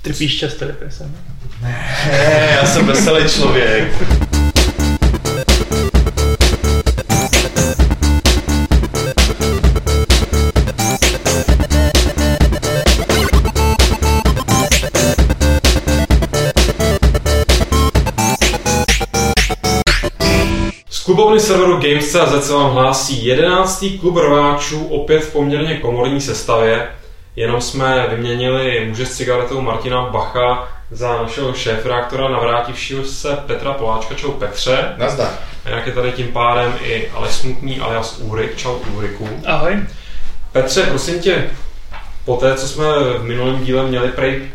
Trpíš často depresem? Ne, já jsem veselý člověk. Z klubovny serveru Games.cz se vám hlásí 11. klub rváčů, opět v poměrně komorní sestavě. Jenom jsme vyměnili muže s cigaretou Martina Bacha za našeho šéfredaktora navrátivšího se Petra Poláčka. Čau Petře. Nazdar. A jinak je tady tím pádem i Aleš Smutný alias Úrik. Čau Úriku. Ahoj. Petře, prosím tě, po té, co jsme v minulém díle měli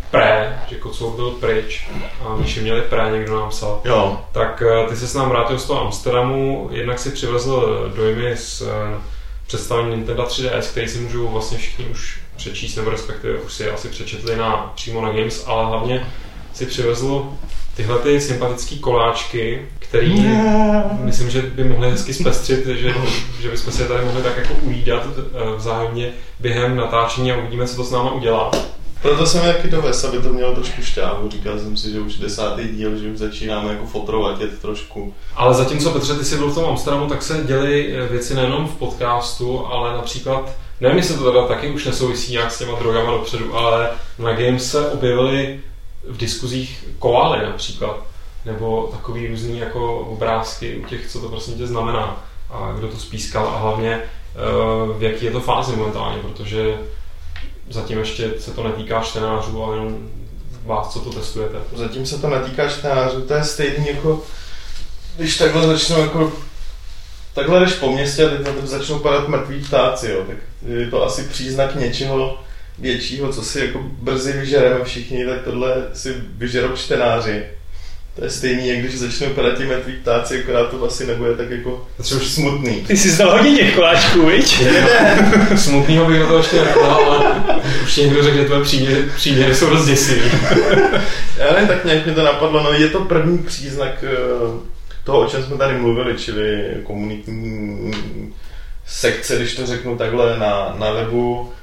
že Kocour byl pryč a Míši měli někdo nám psal, jo. Tak ty se s nám vrátil z toho Amsterdamu, jednak si přivezl dojmy z představení Nintendo 3DS, který si můžou vlastně všichni už přečíst, nebo respektive už si asi přečetli přímo na Games, ale hlavně si přivezl tyhle ty sympatický koláčky, který myslím, že by mohli hezky zpestřit, že bychom si je tady mohli tak jako ujídat vzájemně během natáčení a uvidíme, co to s náma udělá. Proto jsem taky dovez, aby to mělo trošku šťávu. Říkal jsem si, že už 10. díl, že už začínáme jako fotrovatět trošku. Ale zatímco, Petře, ty jsi byl v tom Amsterdamu, tak se děly věci nejenom v podcastu, ale například, nevím, jestli to teda taky už nesouvisí nějak s těma drogama dopředu, ale na Games se objevily v diskuzích koaly například, nebo takový různý jako obrázky u těch, co to prostě tě znamená a kdo to spískal a hlavně v jaký je to fázi momentálně, protože zatím ještě se to netýká čtenářů, ale jenom vás, co to testujete. Zatím se to netýká čtenářů, to je stejný jako, když takhle začnou jako, takhle jdeš po městě a teď na to začnou padat mrtví ptáci, jo, tak je to asi příznak něčeho většího, co si jako brzy vyžereme všichni, tak tohle si vyžerou čtenáři. To je stejný, jak když začnou padat ti mrtví ptáci, akorát to asi nebude tak jako už smutný. Ty jsi zdal hodně těch koláčků, viď? Smutnýho bych do toho ještě nekonal, ale už někdo řekl, že tvoje příměry jsou dost děsivý. Já nevím, tak nějak mi to napadlo, no je to první příznak toho, o čem jsme tady mluvili, čili komunitní sekce, když to řeknu takhle na webu.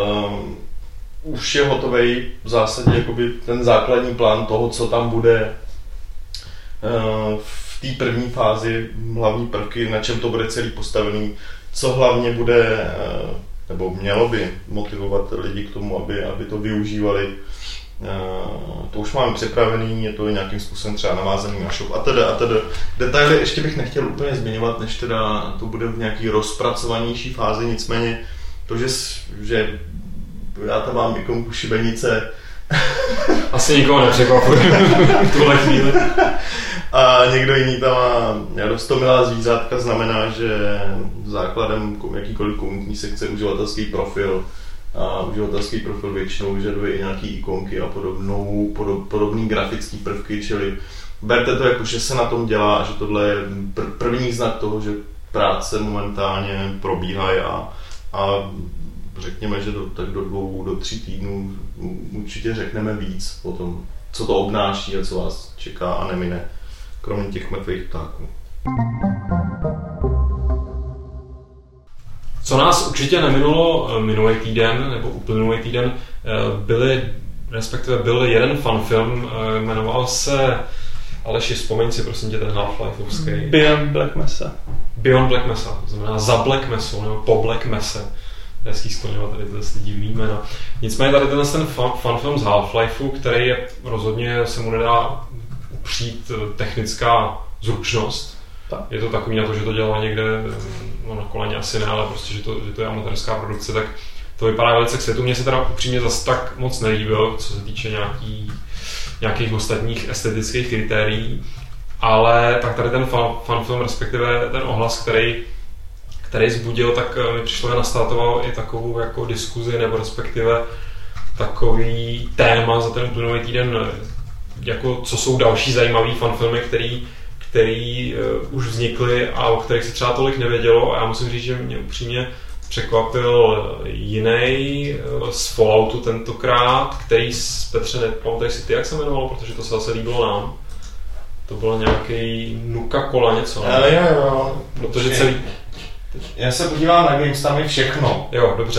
Už je hotovej v zásadě jakoby ten základní plán toho, co tam bude v té první fázi, hlavní prvky, na čem to bude celý postavený, co hlavně bude, nebo mělo by motivovat lidi k tomu, aby to využívali. To už máme připravený, je to nějakým způsobem třeba navázaný na shop a teda. Detaily ještě bych nechtěl úplně zmiňovat, než teda to bude v nějaký rozpracovanější fázi, nicméně to, že já tam mám ikonku šibenice. Asi nikoho nepřekvapuje v tuhle chvíli. A někdo jiný tam má roztomilá zvířátka, znamená, že základem jakýkoliv komunitní sekce je uživatelský profil. A uživatelský profil většinou vyžaduje i nějaký ikonky a podobný grafický prvky, čili berte to jako, že se na tom dělá a že tohle je první znak toho, že práce momentálně probíhají a řekněme, že tak do 2 do 3 týdnů určitě řekneme víc o tom, co to obnáší a co vás čeká a nemine, kromě těch mrtvých ptáků. Co nás určitě neminulo minulý týden, nebo uplynulý týden, byl jeden fanfilm, jmenoval se, Aleši, vzpomeň si prosím tě ten Half-Lifeovský. Beyond Black Mesa. Beyond Black Mesa, to znamená za Black Mesou, nebo po Black Mese. Hezký skloňovat tady tyhle divný jména. Nicméně tady ten fanfilm z Half-Lifeu, který je rozhodně, se mu nedá upřít technická zručnost. Tak. Je to takový na to, že to dělá někde, no na koleně asi ne, ale prostě, že to je amatérská produkce, tak to vypadá velice k světu. Mně se teda upřímně zase tak moc nelíbil, co se týče nějakých ostatních estetických kritérií, ale tak tady ten fanfilm, respektive ten ohlas, který zbudil, tak mi přišlo, že nastartoval i takovou jako diskuzi, nebo respektive takový téma za ten uplynulý týden, jako co jsou další zajímavý fanfilmy, který už vznikly a o kterých se třeba tolik nevědělo, a já musím říct, že mě upřímně překvapil jiný z Falloutu tentokrát, který Petře, nepamatuješ si ty, jak se jmenovalo, protože to se zase líbilo nám. To bylo nějaký Nuka-Cola něco, ne? Jo. Protože celý... Já se podívám na Games, tam je všechno. Jo, dobře.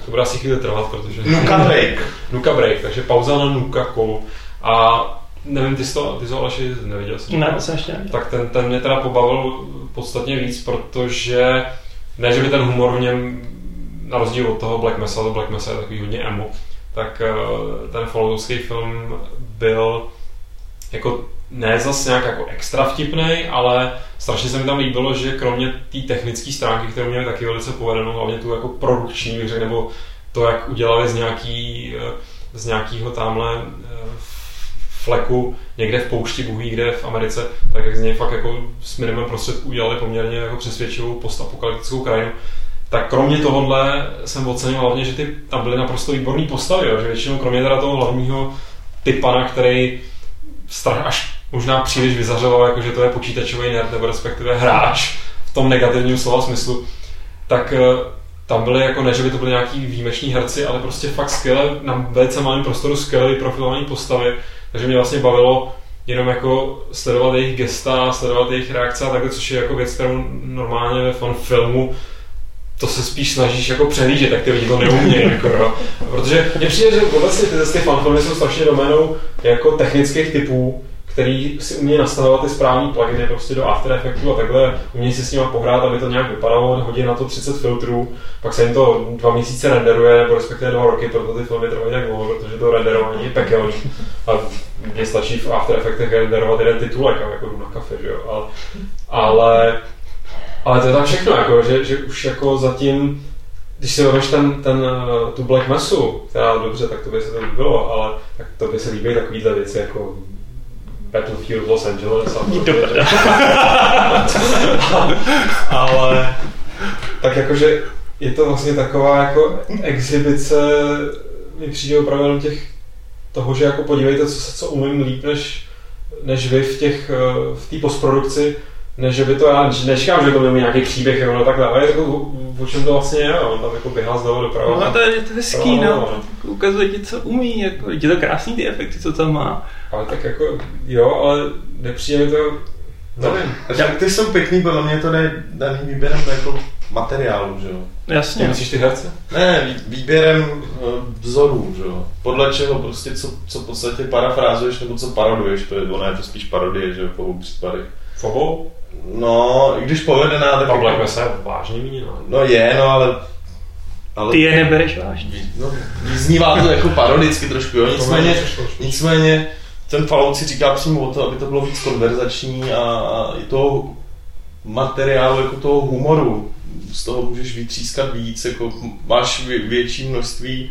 To bude asi chvíli trvat, protože... Nuka break, takže pauza na Nuka kolu. A nevím, ty jsi to Aleši neviděl? Ne, jsem ještě neviděl. Tak ten mě teda pobavil podstatně víc, protože ne, že by ten humor v něm, na rozdíl od toho Black Mesa je takový hodně emo, tak ten falloutovský film byl jako ne zas nějak jako extra vtipnej, ale strašně se mi tam líbilo, že kromě té technické stránky, kterou měli taky velice povedenou, hlavně tu jako produkční, bych řekl, nebo to, jak udělali z nějakého tamhle fleku někde v poušti, Bůh ví kde v Americe, tak jak z něj fakt jako s minimem prostředků udělali poměrně jako přesvědčivou postapokalyptickou krajinu. Tak kromě tohohle jsem ocenil hlavně, že tam byly naprosto výborné postavy, jo? Že většinou kromě teda toho hlavního typana, který až možná příliš vyzařoval, jako že to je počítačový nerd nebo respektive hráč v tom negativním slova smyslu, tak tam byly jako ne, že by to byly nějaký výjimeční herci, ale prostě fakt skvěle, na velice malém prostoru skvěle vyprofilované postavy, takže mě vlastně bavilo jenom jako sledovat jejich gesta, sledovat jejich reakce a takhle, což je jako věc, kterou normálně ve filmu to se spíš snažíš jako přehlížet, tak ty lidi to neumějí, jako, jo. Protože mně přijde, že vlastně ty fanfilmy jsou strašně doménou jako technických typů, který si umějí nastavovat ty správný pluginy prostě do After Effectu a takhle, umějí si s nima pohrát, aby to nějak vypadalo, hodí na to 30 filtrů, pak se jim to 2 měsíce renderuje, nebo respektive 2 roky, proto ty filmy trvají tak dlouho, protože to renderování je pekelný. A mně stačí v After Effectech renderovat jeden titulek, jako jdu na kafe, že jo, ale to je tak všechno, jako, že už jako zatím, když si vezmeš tu Black Mesu, která dobře, tak to by se to líbilo, ale tak to by se líbí takovýhle věci jako Battlefield Los Angeles. Ale tak jakože je to vlastně taková jako exhibice, mi přijde opravdu jenom toho, že jako podívejte, co umím líp než vy v té postprodukci, než by to, já neříkám, že to byl nějaký příběh, no takhle, ale jako, o čem to vlastně je, on tam jako běhá zleva doprava. No to je hezký, no, ukazuje ti, co umí, jako, je to krásný ty efekty, co tam má. Ale tak jako, jo, ale nepřijde mi to, nevím. Ty jsou pěkný, podle mě to jde daný výběrem jako materiálu, že jo? Jasně. Myslíš ty herce? Ne, výběrem vzorů, že jo? Podle čeho prostě, co v podstatě parafrázuješ nebo co paroduješ, to je to spíš parodie, že jo, v obou případech. V obou? No, i když povedená, tak Pavle jako se vážně míní, no. No je, no, ale ty je nebereš vážně. No, vyznívá to jako parodicky trošku, jo, nicméně ten Fallout si říká přímo o to, aby to bylo víc konverzační a i toho materiálu, jako toho humoru, z toho můžeš vytřískat víc, jako máš větší množství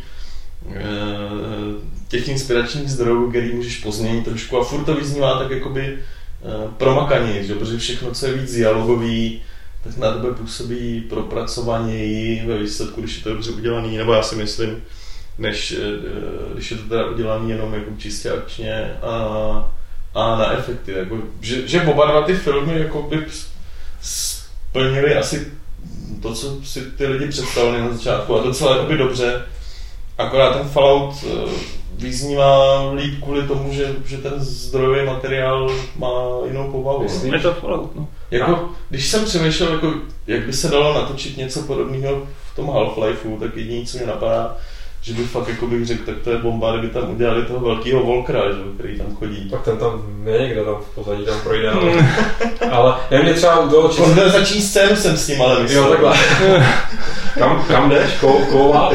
těch inspiračních zdrojů, který můžeš pozměnit trošku a furt to vyznívá tak jakoby promakaněji, že? Protože všechno, co je víc dialogový, tak na tebe působí propracovaněji ve výsledku, když je to dobře udělaný, nebo já si myslím, než když je to teda udělaný jenom jako čistě akčně a na efekty. Jako, že oba dva ty filmy jako by splnili asi to, co si ty lidi představili na začátku a docela jakoby dobře. Akorát ten Fallout vyznívá líp kvůli tomu, že ten zdrojový materiál má jinou povahu. Je to Fallout, no. Jako, když jsem přemýšlel, jako, jak by se dalo natočit něco podobného v tom Half-Lifeu, tak jediné, co mě napadá, že by fakt, jako bych řekl, tak to je bomba, kdyby tam udělali toho velkého Volkera, který tam chodí. Tak ten tam je někde tam v pozadí, tam projde, ale nevím, třeba u toho konverzační scénu jsem s tím ale myslel. Jo, takhle. kam jdeš? Kovády,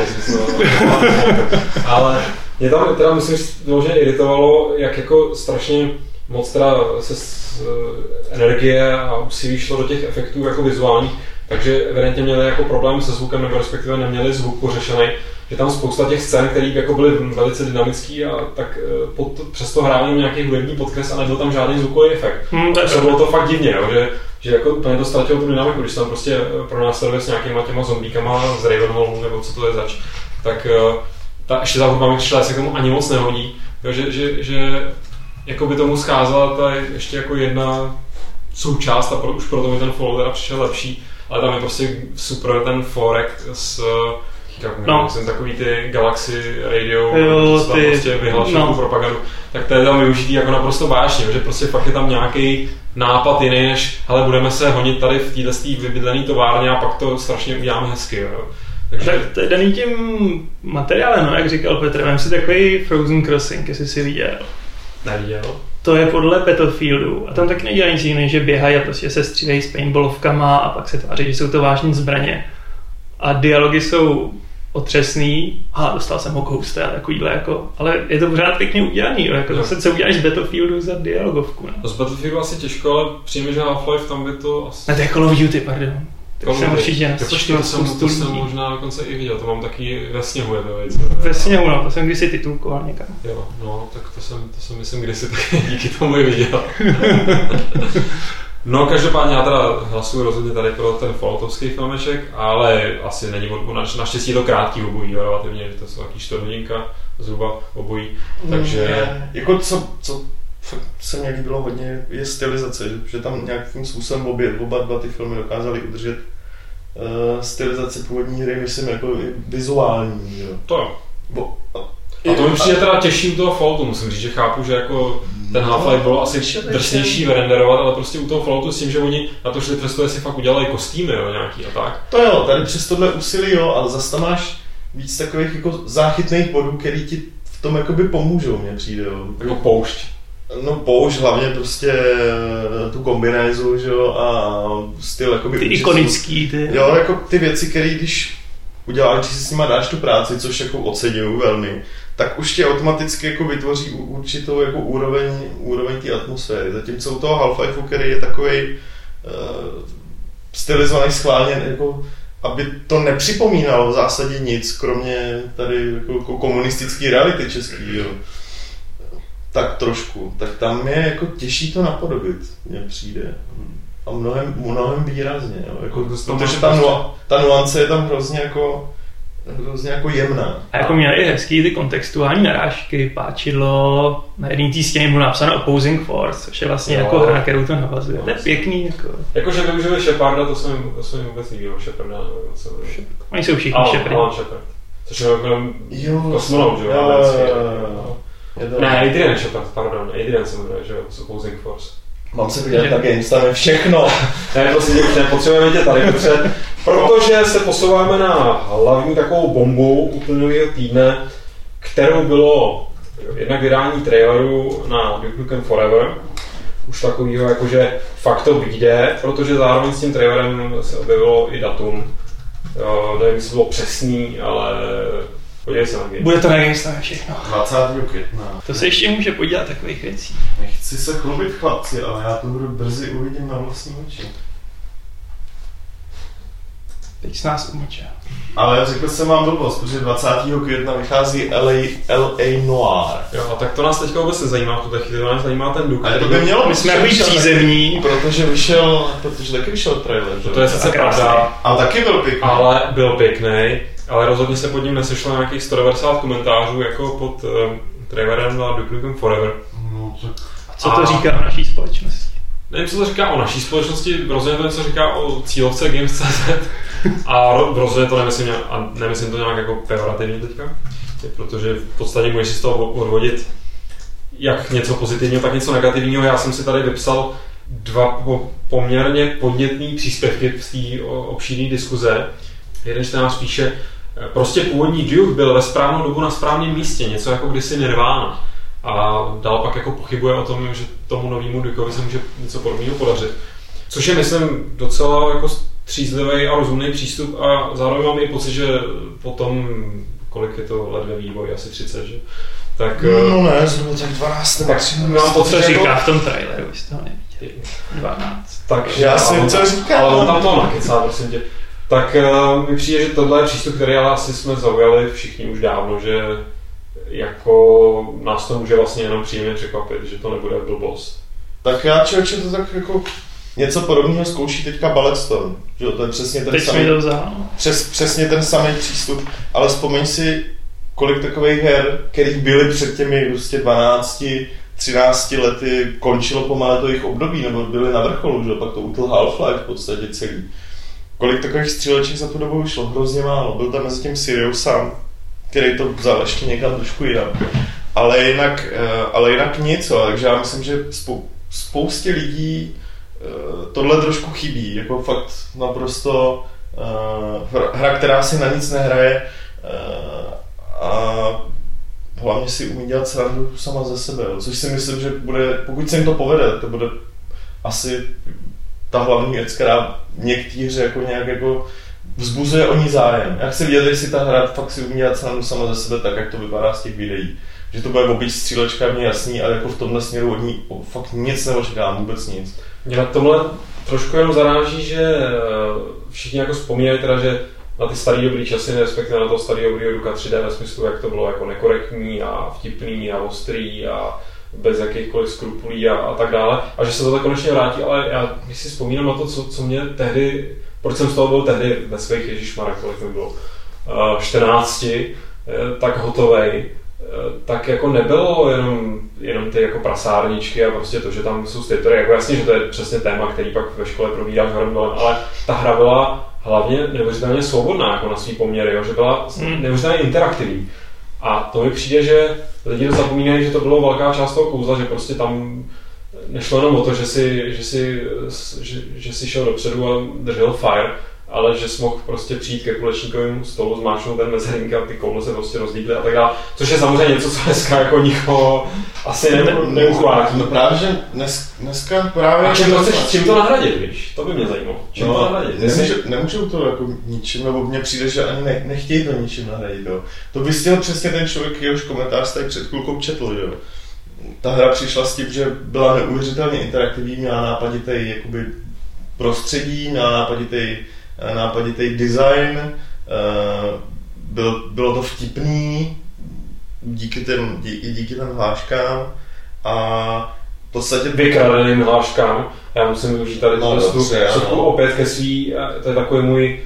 ale mě tam teda musím možná iritovalo, jak jako strašně moc teda se energie a úsilí šlo do těch efektů jako vizuálních, takže evidentně měli jako problém se zvukem, nebo respektive neměli zvuk pořešený, že tam spousta těch scén, které jako byly velice dynamický a tak přesto hráli nějaký hudební podkres a nebyl tam žádný zvukový efekt. Takže bylo to fakt divně, jo, že jako úplně to ztratilo tu dynamiku, když tam prostě pro nás s nějakýma těma zombíkama z Ravenhallu, nebo co to je zač, tak ještě ta hudba mi přišla, se k tomu ani moc nehodí, jo, že jako by tomu scházela ta ještě jako jedna součást a už proto mi ten Fallout teda přišel lepší, ale tam je prostě super ten forek s jsem takový ty Galaxy Radio, tam prostě vyhlašují propagandu, tak to je tam využitý jako naprosto vážně, že prostě fakt je tam nějaký nápad jiný, než hele, budeme se honit tady v této vybydlené továrně a pak to strašně uděláme hezky, jo. Takže... Tak to je daný tím materiálem, no, jak říkal Petr, mám si takový Frozen Crossing, jestli si viděl. Neviděl. To je podle Battlefieldu a tam taky nedělají nic jiného, že běhají a prostě se střílejí s paintballovkama a pak se tváří, že jsou to vážné zbraně. A dialogy jsou otřesný. Dostal jsem ho k houste a takovýhle jako, ale je to pořád pěkně udělaný, jako zase co uděláš z Battlefieldu za dialogovku. No. Z Battlefieldu asi těžko, ale přijme, že Half-Life tam by to asi... Ne, to je Call of Duty, pardon. To jsem určitě to jsem možná dokonce i viděl, to mám taky ve sněhu, je to věc. Ve sněhu, no, to jsem kdysi titulkoval někam. Jo, no, tak to jsem myslím kdysi taky díky tomu i viděl. No, každopádně já teda hlasuji rozhodně tady pro ten Falloutovský filmeček, ale asi není naštěstí to krátký obojí, relativně, že to jsou taky 4 hodinka zhruba obojí, takže... Jako co fakt se mě líbilo hodně, je stylizace, že tam nějakým způsobem oba dva ty filmy dokázaly udržet stylizaci původní hry, myslím, jako vizuální, jo. To jo. A to mi přijde teda těžší u toho Falloutu, musím říct, že chápu, že jako ten Half-Life bylo asi drsnější vyrenderovat, ale prostě u toho Falloutu s tím, že oni na to šli přesto, jestli fakt udělají kostýmy, jo, nějaký a tak. To jo, tady přes tohle úsilí, jo, ale zase tam máš víc takových jako záchytných bodů, který ti v tom jakoby pomůžou, mně přijde, jo. Jako poušť. No poušť, hlavně prostě tu kombinézu, že jo, a styl jakoby... Ty ikonický, ty... Jo, jako ty věci, které když uděláš, když si s nima dáš tu práci, což jako oceňuju velmi, tak už tě automaticky jako vytvoří určitou jako úroveň té atmosféry. Zatímco u toho Half-Lifeu, který je takovej stylizovaný schválně, jako, aby to nepřipomínalo v zásadě nic, kromě tady jako komunistické reality český, jo. Tak trošku. Tak tam je jako těžší to napodobit, mně přijde. A mnohem výrazně, jo. Jako, protože ta nuance je tam hrozně jako jemná. A jako měli i hezký ty kontextuální narážky, páčidlo, na jedné té stěně bylo napsáno Opposing Force, což je vlastně jako hra, kterou to navazuje. To je pěkný. Jako. Jakože využili Sheparda, to se mi vůbec líbilo, Sheparda. Oni jsou všichni Shepardi. Alan Shepard. Což je jako kosmonaut, že jo? Ne, Adrian Shepard, pardon, Adrian se jmenuje, že jo, z Opposing Force. Mám se vidět na GameStar všechno. Ne, prosím tě, potřebujeme tě tady, protože se posouváme na hlavní takovou bombu úplného týdne, kterou bylo jednak vydání traileru na Duke Nukem Forever. Už takovýho, jakože fakt to vyjde, protože zároveň s tím trailerem se objevilo i datum. Nevím, jestli bylo přesný, ale podívej se na Game. Bude to na GameStar všechno. 20. května. To se ještě může podívat takových věcí. Nechci se chlubit, chlapci, ale já to budu brzy uvidím na vlastní oči. Teď s nás umlčel. Ale řekl jsem vám blbost, protože 20. května vychází LA Noir. Jo, a tak to nás teďka vůbec nezajímá, v tuto chvíli nás zajímá ten Duke. Ale to by mělo, my jsme jako přízemní. Protože taky vyšel trailer. To je sice pravda. A taky byl pěkný. Ale byl pěkný. Ale rozhodně se pod ním nesešlo nějakých 190 komentářů jako pod trailerem na Duke Nukem Forever. No, tak... A co to říká o naší společnosti? Nevím, co to říká o naší společnosti, rozhodně to něco říká o cílovce Games.cz a rozhodně to nemyslím to nějak jako pejorativně teďka, protože v podstatě můžeš si z toho odvodit jak něco pozitivního, tak něco negativního. Já jsem si tady vypsal 2 poměrně podnětný příspěvky z té obšírné diskuze. Jeden čtenář píše, prostě původní Duke byl ve správnou dobu na správném místě, něco jako kdysi Nirvana. A dál pak jako pochybuje o tom, že tomu novému Dukeovi se může něco podobného podařit. Což je, myslím, docela jako střízlivý a rozumný přístup a zároveň mám i pocit, že potom, kolik je to let ve vývoji, asi 30, že? Tak, no ne, zhruba tak 12 nebo 13. Mám pocit, co říká v tom traileru, jste ho neviděli. 12. Takže, já si co říkám. Ale on tam to nakecá, prosím tě. Tak mi přijde, že tohle je přístup, který ale asi jsme zaujali všichni už dávno, že jako nás to může vlastně jenom příjemně překvapit, že to nebude blbost. Tak já člověče to tak jako něco podobného zkouší teďka Bulletstorm, že to je přesně ten samý, přesně ten samý přístup, ale vzpomeň si, kolik takových her, kterých byly před těmi prostě 12, 13 lety, končilo pomalu to jejich období, nebo byly na vrcholu, že pak to utl Half-Life v podstatě celý. Kolik takových stříleček za tu dobu vyšlo? Hrozně málo. Byl tam mezi tím Sirius sám, který to vzal ještě někam trošku jinam. Ale jinak nic, takže já myslím, že spoustě lidí tohle trošku chybí. Jako fakt naprosto hra, která si na nic nehraje a hlavně si umí dělat srandu sama ze sebe, což si myslím, že bude, pokud se jim to povede, to bude asi ta hlavní věc, která některé hře jako nějak jako vzbuzuje o ní zájem. Já chci vidět, jestli ta hra fakt si umí dělat srandu sama ze sebe tak, jak to vypadá z těch videí. Že to bude opět střílečka, mě jasný, ale jako v tomhle směru od ní fakt nic neočekávám, vůbec nic. Mě na tomhle trošku jenom zaráží, že všichni jako vzpomínají teda, že na ty starý dobrý časy, respektive na toho starý dobrýho Duka 3D ve smyslu, jak to bylo jako nekorektní a vtipný a ostrý a bez jakýchkoliv skrupulí a tak dále. A že se to tak konečně vrátí, ale já když si vzpomínám na to, co mě tehdy, proč jsem z toho byl tehdy ve svých, ježišmarja, kolik mi bylo, 14, tak hotovej, tak jako nebylo jenom ty jako prasárničky a prostě to, že tam jsou stejtory, jako jasně, že to je přesně téma, který pak ve škole probíráš hromadolem, ale ta hra byla hlavně neuvěřitelně svobodná jako na svý poměry, jo, že byla neuvěřitelně interaktivní. A to mi přijde, že lidi zapomínají, že to bylo velká část toho kouzla, že prostě tam nešlo jenom o to, že si šel dopředu a držel fire, ale že jsi mohl prostě přijít ke kulečníkovému stolu, zmáčknout ten mezerník a ty koule se prostě rozdíkly a tak dále. Což je samozřejmě něco, co dneska jako nikoho asi neuchvátí. No právě, že dneska právě... A čím to nahradit, víš? To by mě zajímalo. Čím to nahradit? Nemůžou to jako ničím, nebo mně přijde, že ani nechtějí to ničím nahradit. Jo. To vystihl přesně ten člověk, jehož komentář tady před chvilkou četl. Jo. Ta hra přišla s tím, že byla neuvěřitelně interaktivní, měla nápaditý jakoby prostředí, měla nápaditý design, bylo to vtipný díky těm hláškám a v podstatě vykradeným hláškám. Já musím využít tady tu opět ke svý, to je takový můj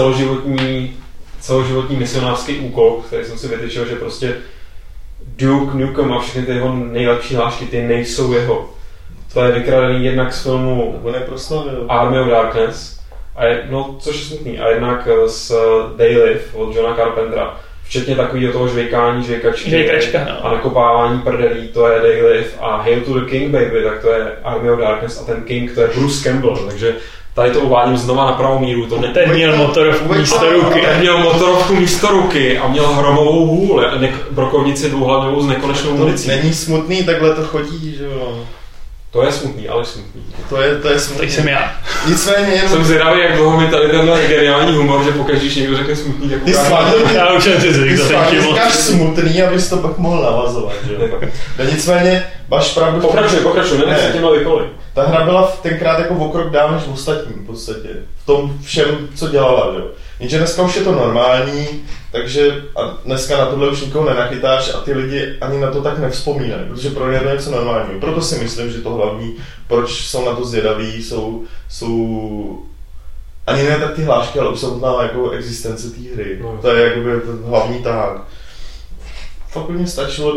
celoživotní misionářský úkol, který jsem si vytyčil, že prostě Duke Nukem a všechny ty jeho nejlepší hlášky, ty nejsou jeho. To je vykradený jednak z filmu Army of Darkness, což je smutný, a jednak z They Live od Johna Carpentera. Včetně takového toho žvejkačky a nakopávání prdelí, to je They Live, a Hail to the King Baby, tak to je Army of Darkness, a ten King, to je Bruce Campbell, takže tady to uvádím znova na pravou míru. Ten měl motorovku místo ruky. Ten měl motorovku místo ruky a měl hromovou hůl, brokovnici dvouhlavňovou s nekonečnou municí. Není smutný, takhle to chodí, že jo. To je smutný, ale smutný. To je smutný. To jsem já. Nicméně jenom... Jsem zvědavý, jak dlouho mi tady tenhle geniální humor, že pokaždé, když někdo řekne smutný, tak já už jsem si říkáš smutný, abys to pak mohl navazovat, že jo. Nicméně, máš pravdu... Pokračuj, nenech se těmhle vykolit. Ta hra byla tenkrát jako o krok dál než v ostatní, v podstatě. V tom všem, co dělala, že jo. Jenže dneska už je to normální, takže a dneska na tohle už nikoho nenachytáš a ty lidi ani na to tak nevzpomínají, protože pro ně to je něco normálního. Proto si myslím, že to hlavní, proč jsou na to zvědaví, jsou ani ne tak ty hlášky, ale samotná jako existence té hry. No. To je jakoby ten hlavní tahák. Fakt by mě stačilo,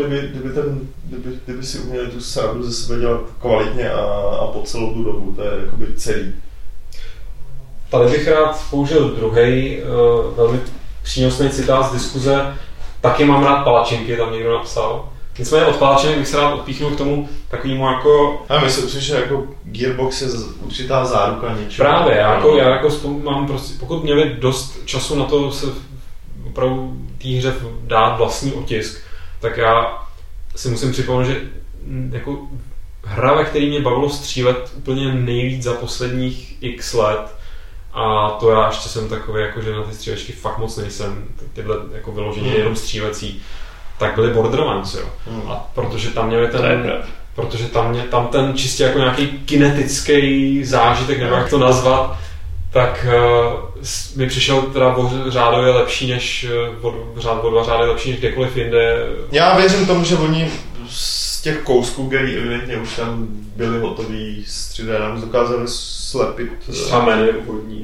kdyby si uměli tu srandu ze sebe dělat kvalitně a po celou tu dobu, to je jakoby celý. Tady bych rád použil druhý velmi přínosný citát z diskuze. Taky mám rád palačinky, tam někdo napsal. Nicméně od palačinek bych se rád odpíchnul k tomu takovému jako... A myslím, že jako Gearbox je určitá záruka něčeho. Právě, já mám prostě, pokud měli dost času na to se opravdu té hře dát vlastní otisk, tak já si musím připomenout, že jako hra, ve které mě bavilo střílet úplně nejvíc za posledních x let, a to já ještě jsem takový, jako, že na ty střílečky fakt moc nejsem, tyhle jako vyloženě jenom střílecí, tak byly Borderlands, jo. A protože tam měli tam ten čistě jako nějaký kinetický zážitek, nebo jak to nazvat, tak mi přišel teda řádově lepší než o 2 řády lepší než kdekoliv jinde. Já věřím tomu, že oni z těch kousků, který evidentně už tam byli hotový z 3D, nám dokázali slepit. Sameny úvodní.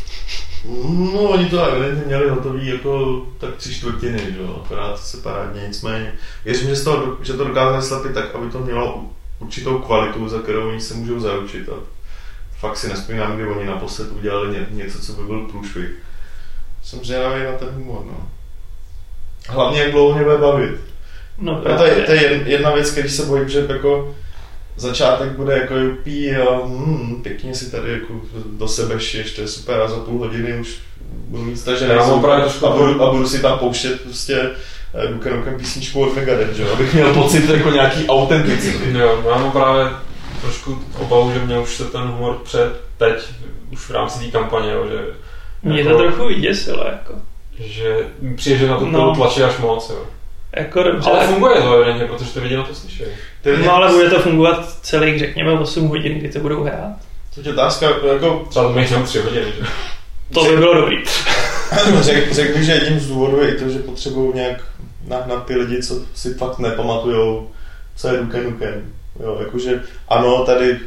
No, oni to evidentně měli hotový jako tak 3/4, jo, akorát separátně, nicméně. Věřím, že to dokázali slepit tak, aby to mělo určitou kvalitu, za kterou oni se můžou zaručit. A fakt si nespomínám, kdy oni naposled udělali něco, co by byl průšvih. Jsem zvědavý na ten humor, no. Hlavně, jak dlouho mě bude bavit. No, to je jedna věc, když se bojím, že jako začátek bude jako jupí a pěkně si tady jako do sebe šiješ, to je super, a za půl hodiny už budu mít stažený a budu si tam pouštět prostě Duke Nukem písničku od Megadeth, že? Abych měl pocit jako nějaký autenticity. Jo, já mám právě trošku obavu, že mě už se ten humor teď, už v rámci té kampaně, jo, že... Mě to trochu vyděsilo, jako. Že přijde, že na to tlačí až moc, jo. Jako dobře. Ale funguje to evidentně, protože ty lidi na to slyší. No ale bude to fungovat celých, řekněme, 8 hodin, kdy to budou hrát. To je otázka, jako... Třeba to máš 3 hodiny, že? To by bylo dobrý. Řekl, že jedním z důvodů je i to, že potřebují nějak nahnat ty lidi, co si fakt nepamatujou, co je Duke Nukem. Jo, jakože ano, tady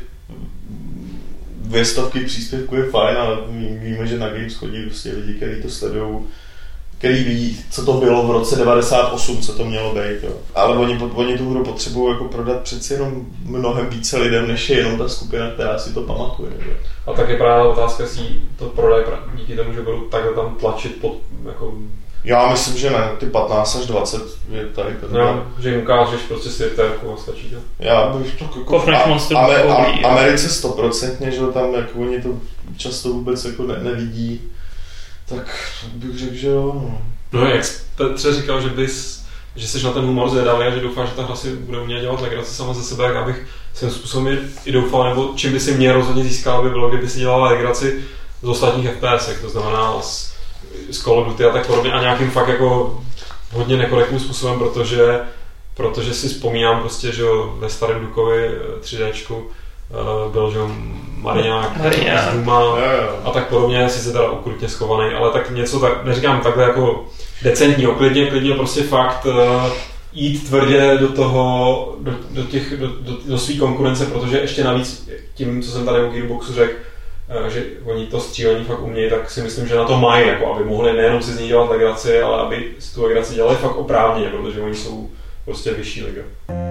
200 příspěvků je fajn, ale víme, že na Games chodí prostě lidi, kteří to sledují, který ví, co to bylo v roce 98, co to mělo být. Jo. Ale oni tu hru potřebují jako prodat přeci jenom mnohem více lidem, než je jenom ta skupina, která si to pamatuje. Jo. A tak je právě otázka, jestli to prodají díky tomu, že budou takhle tam tlačit pod jako... Já myslím, že ne, ty 15 až 20 je tady. No, že jim ukážeš prostě světelku a stačí to. Já bych to jako Americe 100%, že tam jako oni to často vůbec jako nevidí, tak bych řekl, že jo. No jak Petře říkal, že jsi na ten humor zvědavý a že doufáš, že ta hra si bude umět dělat legraci sama ze sebe, jak abych svým způsobem i doufal, nebo čím by si mě rozhodně získal, aby bylo, kdyby si dělala legraci z ostatních FPS, to znamená z Call of Duty a tak podobně a nějakým fakt jako hodně nekorektním způsobem, protože si vzpomínám prostě, že ve starém Dukovi 3Dčku byl, že Mariňák z Duma a tak podobně, sice teda ukrutně schovaný, ale tak něco, tak, neříkám takhle jako decentního, klidně prostě fakt jít tvrdě do toho, do své konkurence, protože ještě navíc tím, co jsem tady o Gearboxu řekl, že oni to střílení fakt umějí, tak si myslím, že na to mají, jako aby mohli nejenom si z ní dělat legraci, ale aby si tu legraci dělali fakt oprávněně, protože oni jsou prostě vyšší liga.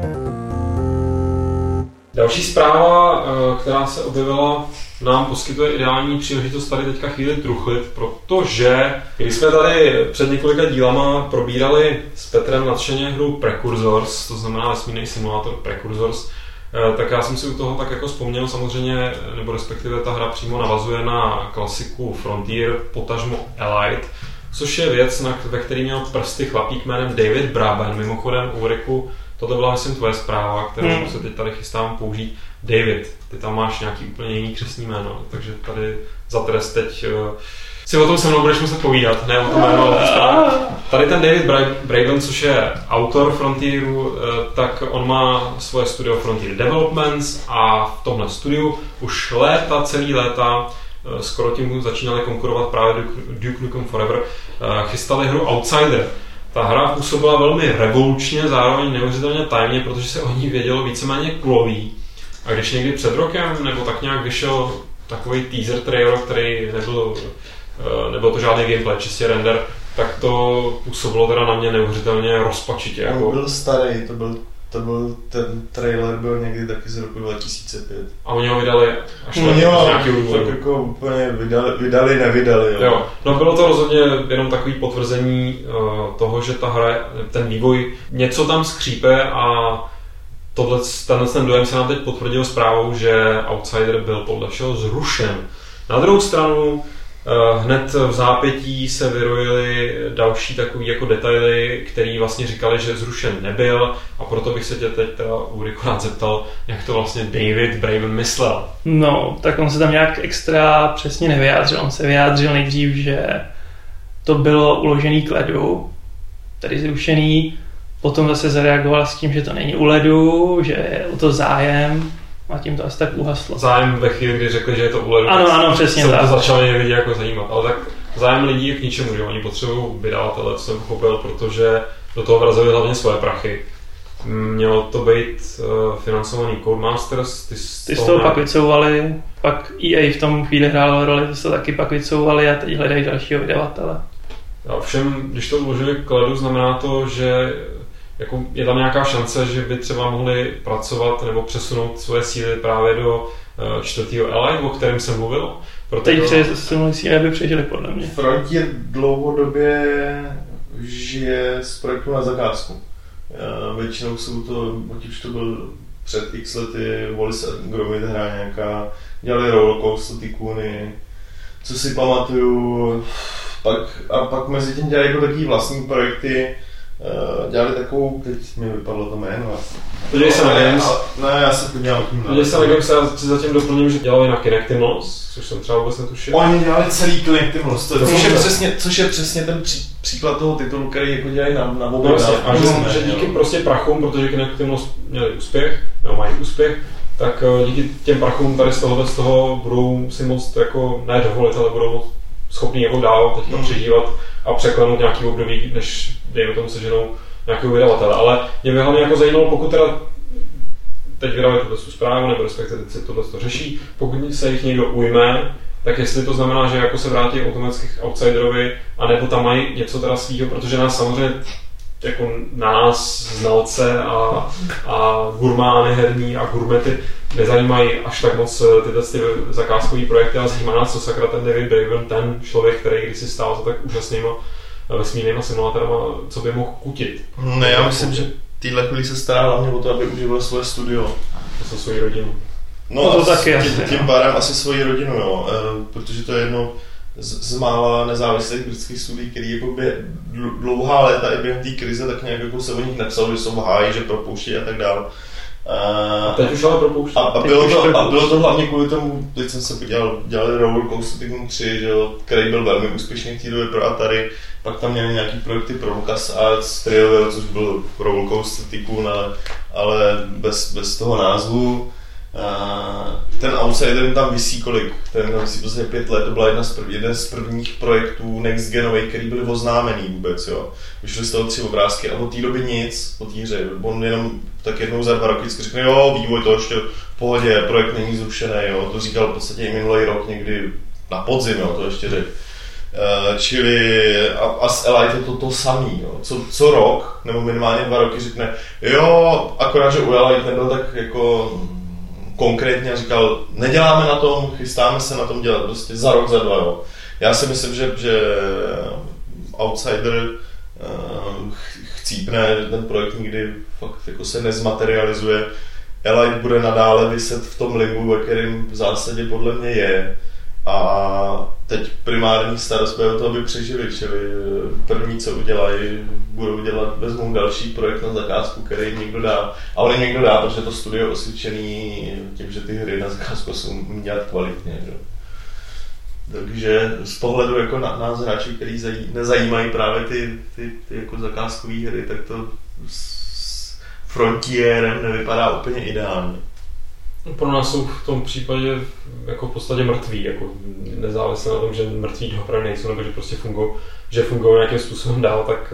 Další zpráva, která se objevila, nám poskytuje ideální příležitost tady teďka chvíli truchlit, protože když jsme tady před několika dílama probírali s Petrem nadšeně hru Precursors, to znamená vesmírný simulátor Precursors, tak já jsem si u toho tak jako vzpomněl samozřejmě, nebo respektive ta hra přímo navazuje na klasiku Frontier, potažmo Elite, což je věc, ve který měl prsty chlapík jménem David Braben. Mimochodem, Ulriku, tohle byla myslím tvoje zpráva, kterou se teď tady chystám použít. David, ty tam máš nějaký úplně jiný křestní jméno, takže tady za trest teď si o tom se mnou budeš muset povídat, ne o tom jméno, ale tady ten David Braben, což je autor Frontieru, tak on má svoje studio Frontier Developments a v tomhle studiu už celý léta skoro tím začínali konkurovat právě Duke Nukem Forever, chystali hru Outsider. Ta hra působila velmi revolučně, zároveň neuvěřitelně tajemně, protože se o ní vědělo víceméně kulový. A když někdy před rokem, nebo tak nějak vyšel takový teaser trailer, který nebyl to žádný gameplay, čistě render, tak to působilo teda na mě neuvěřitelně rozpačitě. Jako... On byl starý, ten trailer byl někdy taky z roku 2005. A oni ho vydali až nějaký tak jako úplně nevydali. Jo. No bylo to rozhodně jenom takový potvrzení toho, že ta hra, ten vývoj, něco tam skřípe a ten dojem se nám teď potvrdil zprávou, že Outsider byl podle všeho zrušen. Na druhou stranu hned v zápětí se vyrojily další takový jako detaily, které vlastně říkali, že zrušen nebyl a proto bych se tě teď teda Ulriku rád zeptal, jak to vlastně David Braben myslel. No, tak on se tam nějak extra přesně nevyjádřil. On se vyjádřil nejdřív, že to bylo uložený k ledu, tedy zrušený, potom zase zareagoval s tím, že to není u ledu, že je o to zájem. A tím to asi tak uhaslo. Zájem ve chvíli, kdy řekli, že je to u ledu, ano, přesně tak. To začali lidi jako zajímat. Ale tak zájem lidí je k ničemu, že oni potřebují vydavatele, co jsem pochopil, protože do toho vrazili hlavně svoje prachy. Mělo to být financovaný Codemasters. Ty z toho pak vycouvali, pak EA v tom chvíli hrálo roli, ty se taky pak vycouvali a teď hledají dalšího vydavatele. A všem, když to uložili k ledu, znamená to, že jako je tam nějaká šance, že by třeba mohli pracovat nebo přesunout svoje síly právě do 4. Elite, o kterém jsem mluvil. Teď přesunuli síly, aby přežili podle mě. Frontier dlouhodobě žije z projektu na zakázku. Většinou jsou to, už to byl před x lety, Wallace & Gromit hra nějaká, dělali Rollercoaster Tycoony. Co si pamatuju, pak mezi tím dělali jako takový vlastní projekty, dělali takovou, teď mi vypadlo to jméno. Jason Games. Ne, já se podívám tím na. Jason Games, já si zatím doplním, že dělali na Kinectimals, což jsem třeba vůbec netušil. Oni dělali celý Kinectimals, což je přesně ten příklad toho titulu, který jako dělají na objednávku. A že díky prostě prachům, protože Kinectimals měli úspěch, nebo mají úspěch, tak díky těm prachům tady z toho budou si moct jako ne dovolit, ale budou schopní jako dál teďka přežívat a překlenout nějaký období, než dejme tomu seženou nějakého vydavatele. Ale mě by hlavně jako zajímalo, pokud teda teď vydali tuto zprávu, nebo respektive teď se tohle řeší, pokud se jich někdo ujme, tak jestli to znamená, že jako se vrátí automaticky k Outsiderovi, anebo tam mají něco teda svýho, protože nás samozřejmě jako nás, znalce a gurmány herní a gurmety nezajímají až tak moc tyhle zakázkové projekty, ale zajímá nás, co sakra ten David Braben, ten člověk, který kdysi stál za tak úžasnýma vesmírnýma simulátorama, co by mohl kutit. Ne, já myslím, že týhle chvíli se stará hlavně o to, aby uživil svoje studio. To svoji rodinu. No to taky tím pádem asi svoji rodinu, jo, protože to je jedno z mála nezávislých britských studií, který jako dlouhá léta i během té krize tak nějak jako se o nich nepsalo, že jsou v háji, že propouští a tak dále. A teď už ale propouští. A bylo to hlavně kvůli tomu, teď jsem se podíval, dělali Roller Coaster Tycoon 3, že jo, který byl velmi úspěšný v té době pro Atari, pak tam měli nějaký projekty pro LucasArts, Thrillville, což byl Roller Coaster Tycoon, ale bez toho názvu. Ten Outsider tam visí kolik? Ten tam visí prostě 5 let, to byla jeden z prvních projektů Next Genových, který byly oznámený vůbec, jo. Vyšly z toho 3 obrázky a od té doby nic o té hře. On jenom tak jednou za 2 roky vždycky řekne, jo, vývoj to ještě v pohodě, projekt není zrušený, jo. To říkal v podstatě i minulý rok někdy na podzim, jo, to ještě řekl. Čili a s Elite je to samý, jo. Co rok, nebo minimálně 2 roky řekne, jo, akorát, že u Elite nebyl tak jako konkrétně říkal, neděláme na tom, chystáme se na tom dělat prostě za rok, za 2, jo. Já si myslím, že Outsider chcípne, ten projekt nikdy fakt jako se nezmaterializuje. Elite bude nadále viset v tom limbu, ve kterém v zásadě podle mě je. A teď primární starost bude o to, aby přežili, čili první, co udělají, vezmou další projekt na zakázku, který jim někdo dá. A on jim někdo dá, protože to studio je osvědčený tím, že ty hry na zakázku jsou umí dělat kvalitně. Že? Takže z pohledu jako na nás hráči, který nezajímají právě ty jako zakázkové hry, tak to s Frontierem nevypadá úplně ideálně. Pro nás jsou v tom případě jako v podstatě mrtví, jako nezávisle na tom, že mrtví opravdu nejsou, nebo že prostě fungují nějakým způsobem dál, tak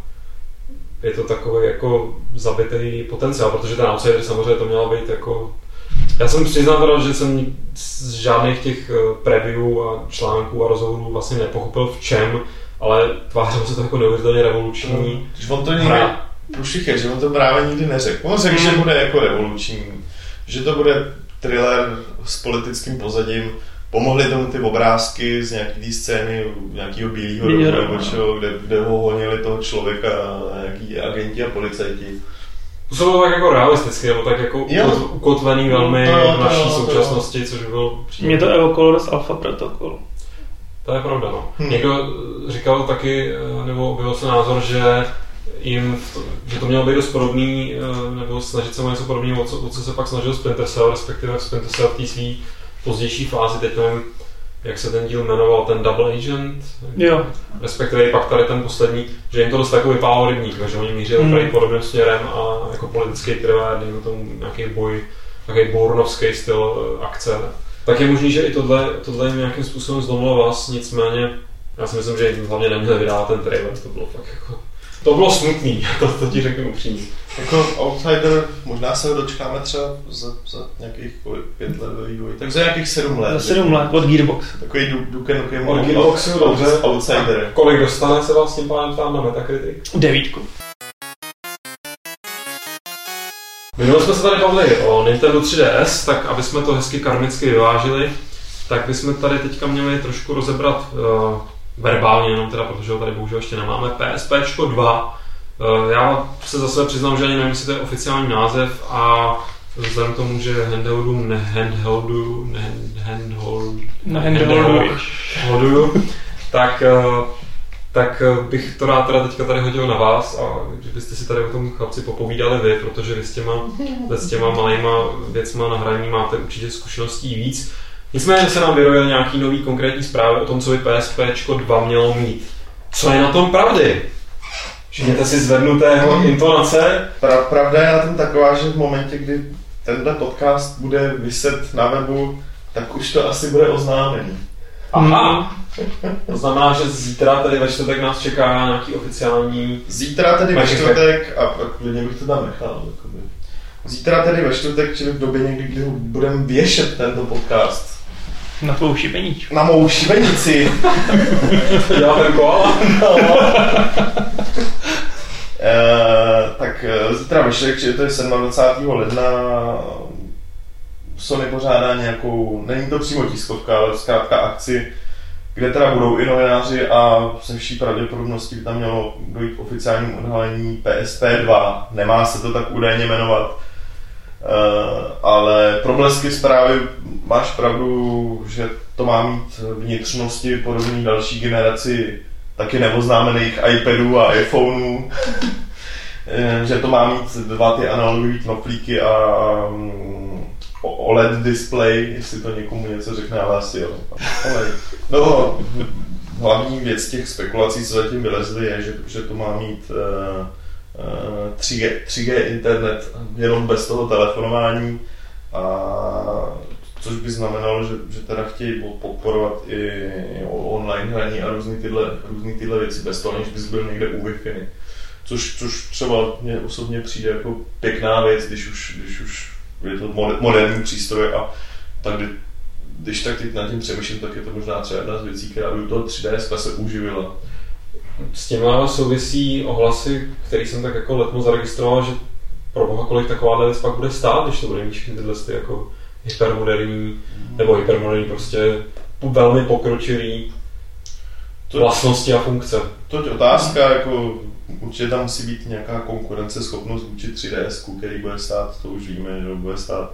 je to takový jako zabitý potenciál, protože ten Outsider samozřejmě to měla být jako... Já jsem přiznal teda, že jsem z žádných těch preview a článků a rozhovorů vlastně nepochopil v čem, ale tvářilo se to jako neuvěřitelně revoluční. On to někdy průšvih, že on to právě nikdy neřekl. On řekl, že bude jako revoluční. Že to bude thriller s politickým pozadím. Pomohly tomu ty obrázky z nějaký té scény, nějakého bílého domu, kde ho honili toho člověka, nějaký agenti a policajti. Působilo tak jako realisticky, nebo tak jako ukotvený velmi v naší současnosti, což bylo příjemné. Mě to evokolo z Alpha Protocol. To je pravda, no. Někdo říkal taky, nebo byl se názor, že to mělo být dost podobný, nebo snažit se o něco podobného, o co se pak snažil Splinter Cell, respektive Splinter Cell v té svý pozdější fázi, teď nevím, jak se ten díl jmenoval, ten Double Agent, jo. Respektive i pak tady ten poslední, že jim to dost takový vypadalo rybník, že oni mířili podobným směrem a jako politický thriller, dejme tomu nějaký boj, takový bournovský styl akce. Tak je možný, že i tohle jim nějakým způsobem zlomilo vás, nicméně já si myslím, že jim hlavně neměli vydávat ten trailer, to bylo fakt jako... To bylo smutný, to ti řeknu upřímně. Jako Outsider, možná se ho dočkáme třeba za nějakých 5 let ve vývoji, tak za nějakých 7 let. Za 7 let, od Gearbox. Takový Duke Nukem od Gearboxu, dobře. Outsider. Kolik dostane se vás tím pádem tam na Metacritic? 9. Minule jsme se tady bavili o Nintendo 3DS, tak aby jsme to hezky karmicky vyvážili, tak bychom tady teďka měli trošku rozebrat verbálně jenom teda, protože ho tady bohužel ještě nemáme, PSPčko 2. Já se za sebe přiznám, že ani nevím, jestli to je oficiální název a vzhledem k tomu, že handholduju, tak bych to rád teda teďka tady hodil na vás a kdybyste si tady o tom chlapci popovídali vy, protože vy s těma malejma věcma na hraní máte určitě zkušeností víc. Nicméně se nám vyrojily nějaký nový konkrétní zprávy o tom, co by PSPčko 2 mělo mít. Co je na tom pravdy? Všimněte si zvednutého intonace. Pravda je na tom taková, že v momentě, kdy tenhle podcast bude viset na webu, tak už to asi bude oznámený. Aha. To znamená, že zítra tedy ve čtvrtek nás čeká nějaký oficiální... Zítra tedy ve čtvrtek, a klidně bych to tam nechal. Zítra tedy ve čtvrtek, čili v době někdy, kdy budeme věšet tento podcast. Na tvou šibeničku. Na mou šibenici. Já ten koala. No. Tak zítra ve čtvrtek, čili to je 27. ledna, Sony pořádá nějakou, není to přímo tiskovka, ale zkrátka akci, kde teda budou i novináři a se vší pravděpodobností by tam mělo dojít k oficiálnímu odhalení PSP 2. Nemá se to tak údajně jmenovat, ale problesky zprávy máš pravdu, že to má mít vnitřnosti podobné další generaci taky neoznámených iPadů a iPhoneů, že to má mít 2 ty analogové knoflíky a OLED display, jestli to někomu něco řekne, ale asi jo. No, hlavní věc těch spekulací, co zatím vylezly, je, že to má mít 3G internet jenom bez toho telefonování, což by znamenalo, že teda chtějí podporovat i online hraní a různý tyhle věci bez toho, než bys byl někde u Wi-Fi. Což třeba mně osobně přijde jako pěkná věc, když už je to moderní přístroj a tak když tak teď nad tím přemýšlím, tak je to možná třeba jedna z věcí, která by u toho 3DS se uživila. S těma souvisí ohlasy, který jsem tak jako letmo zaregistroval, že pro boha kolik taková věc pak bude stát, když to bude mít všechny tyhle jako hypermoderní, nebo hypermoderní prostě velmi pokročilý vlastnosti a funkce. To je otázka, jako určitě tam musí být nějaká konkurenceschopnost vůči 3DS, který bude stát, to už víme, že bude stát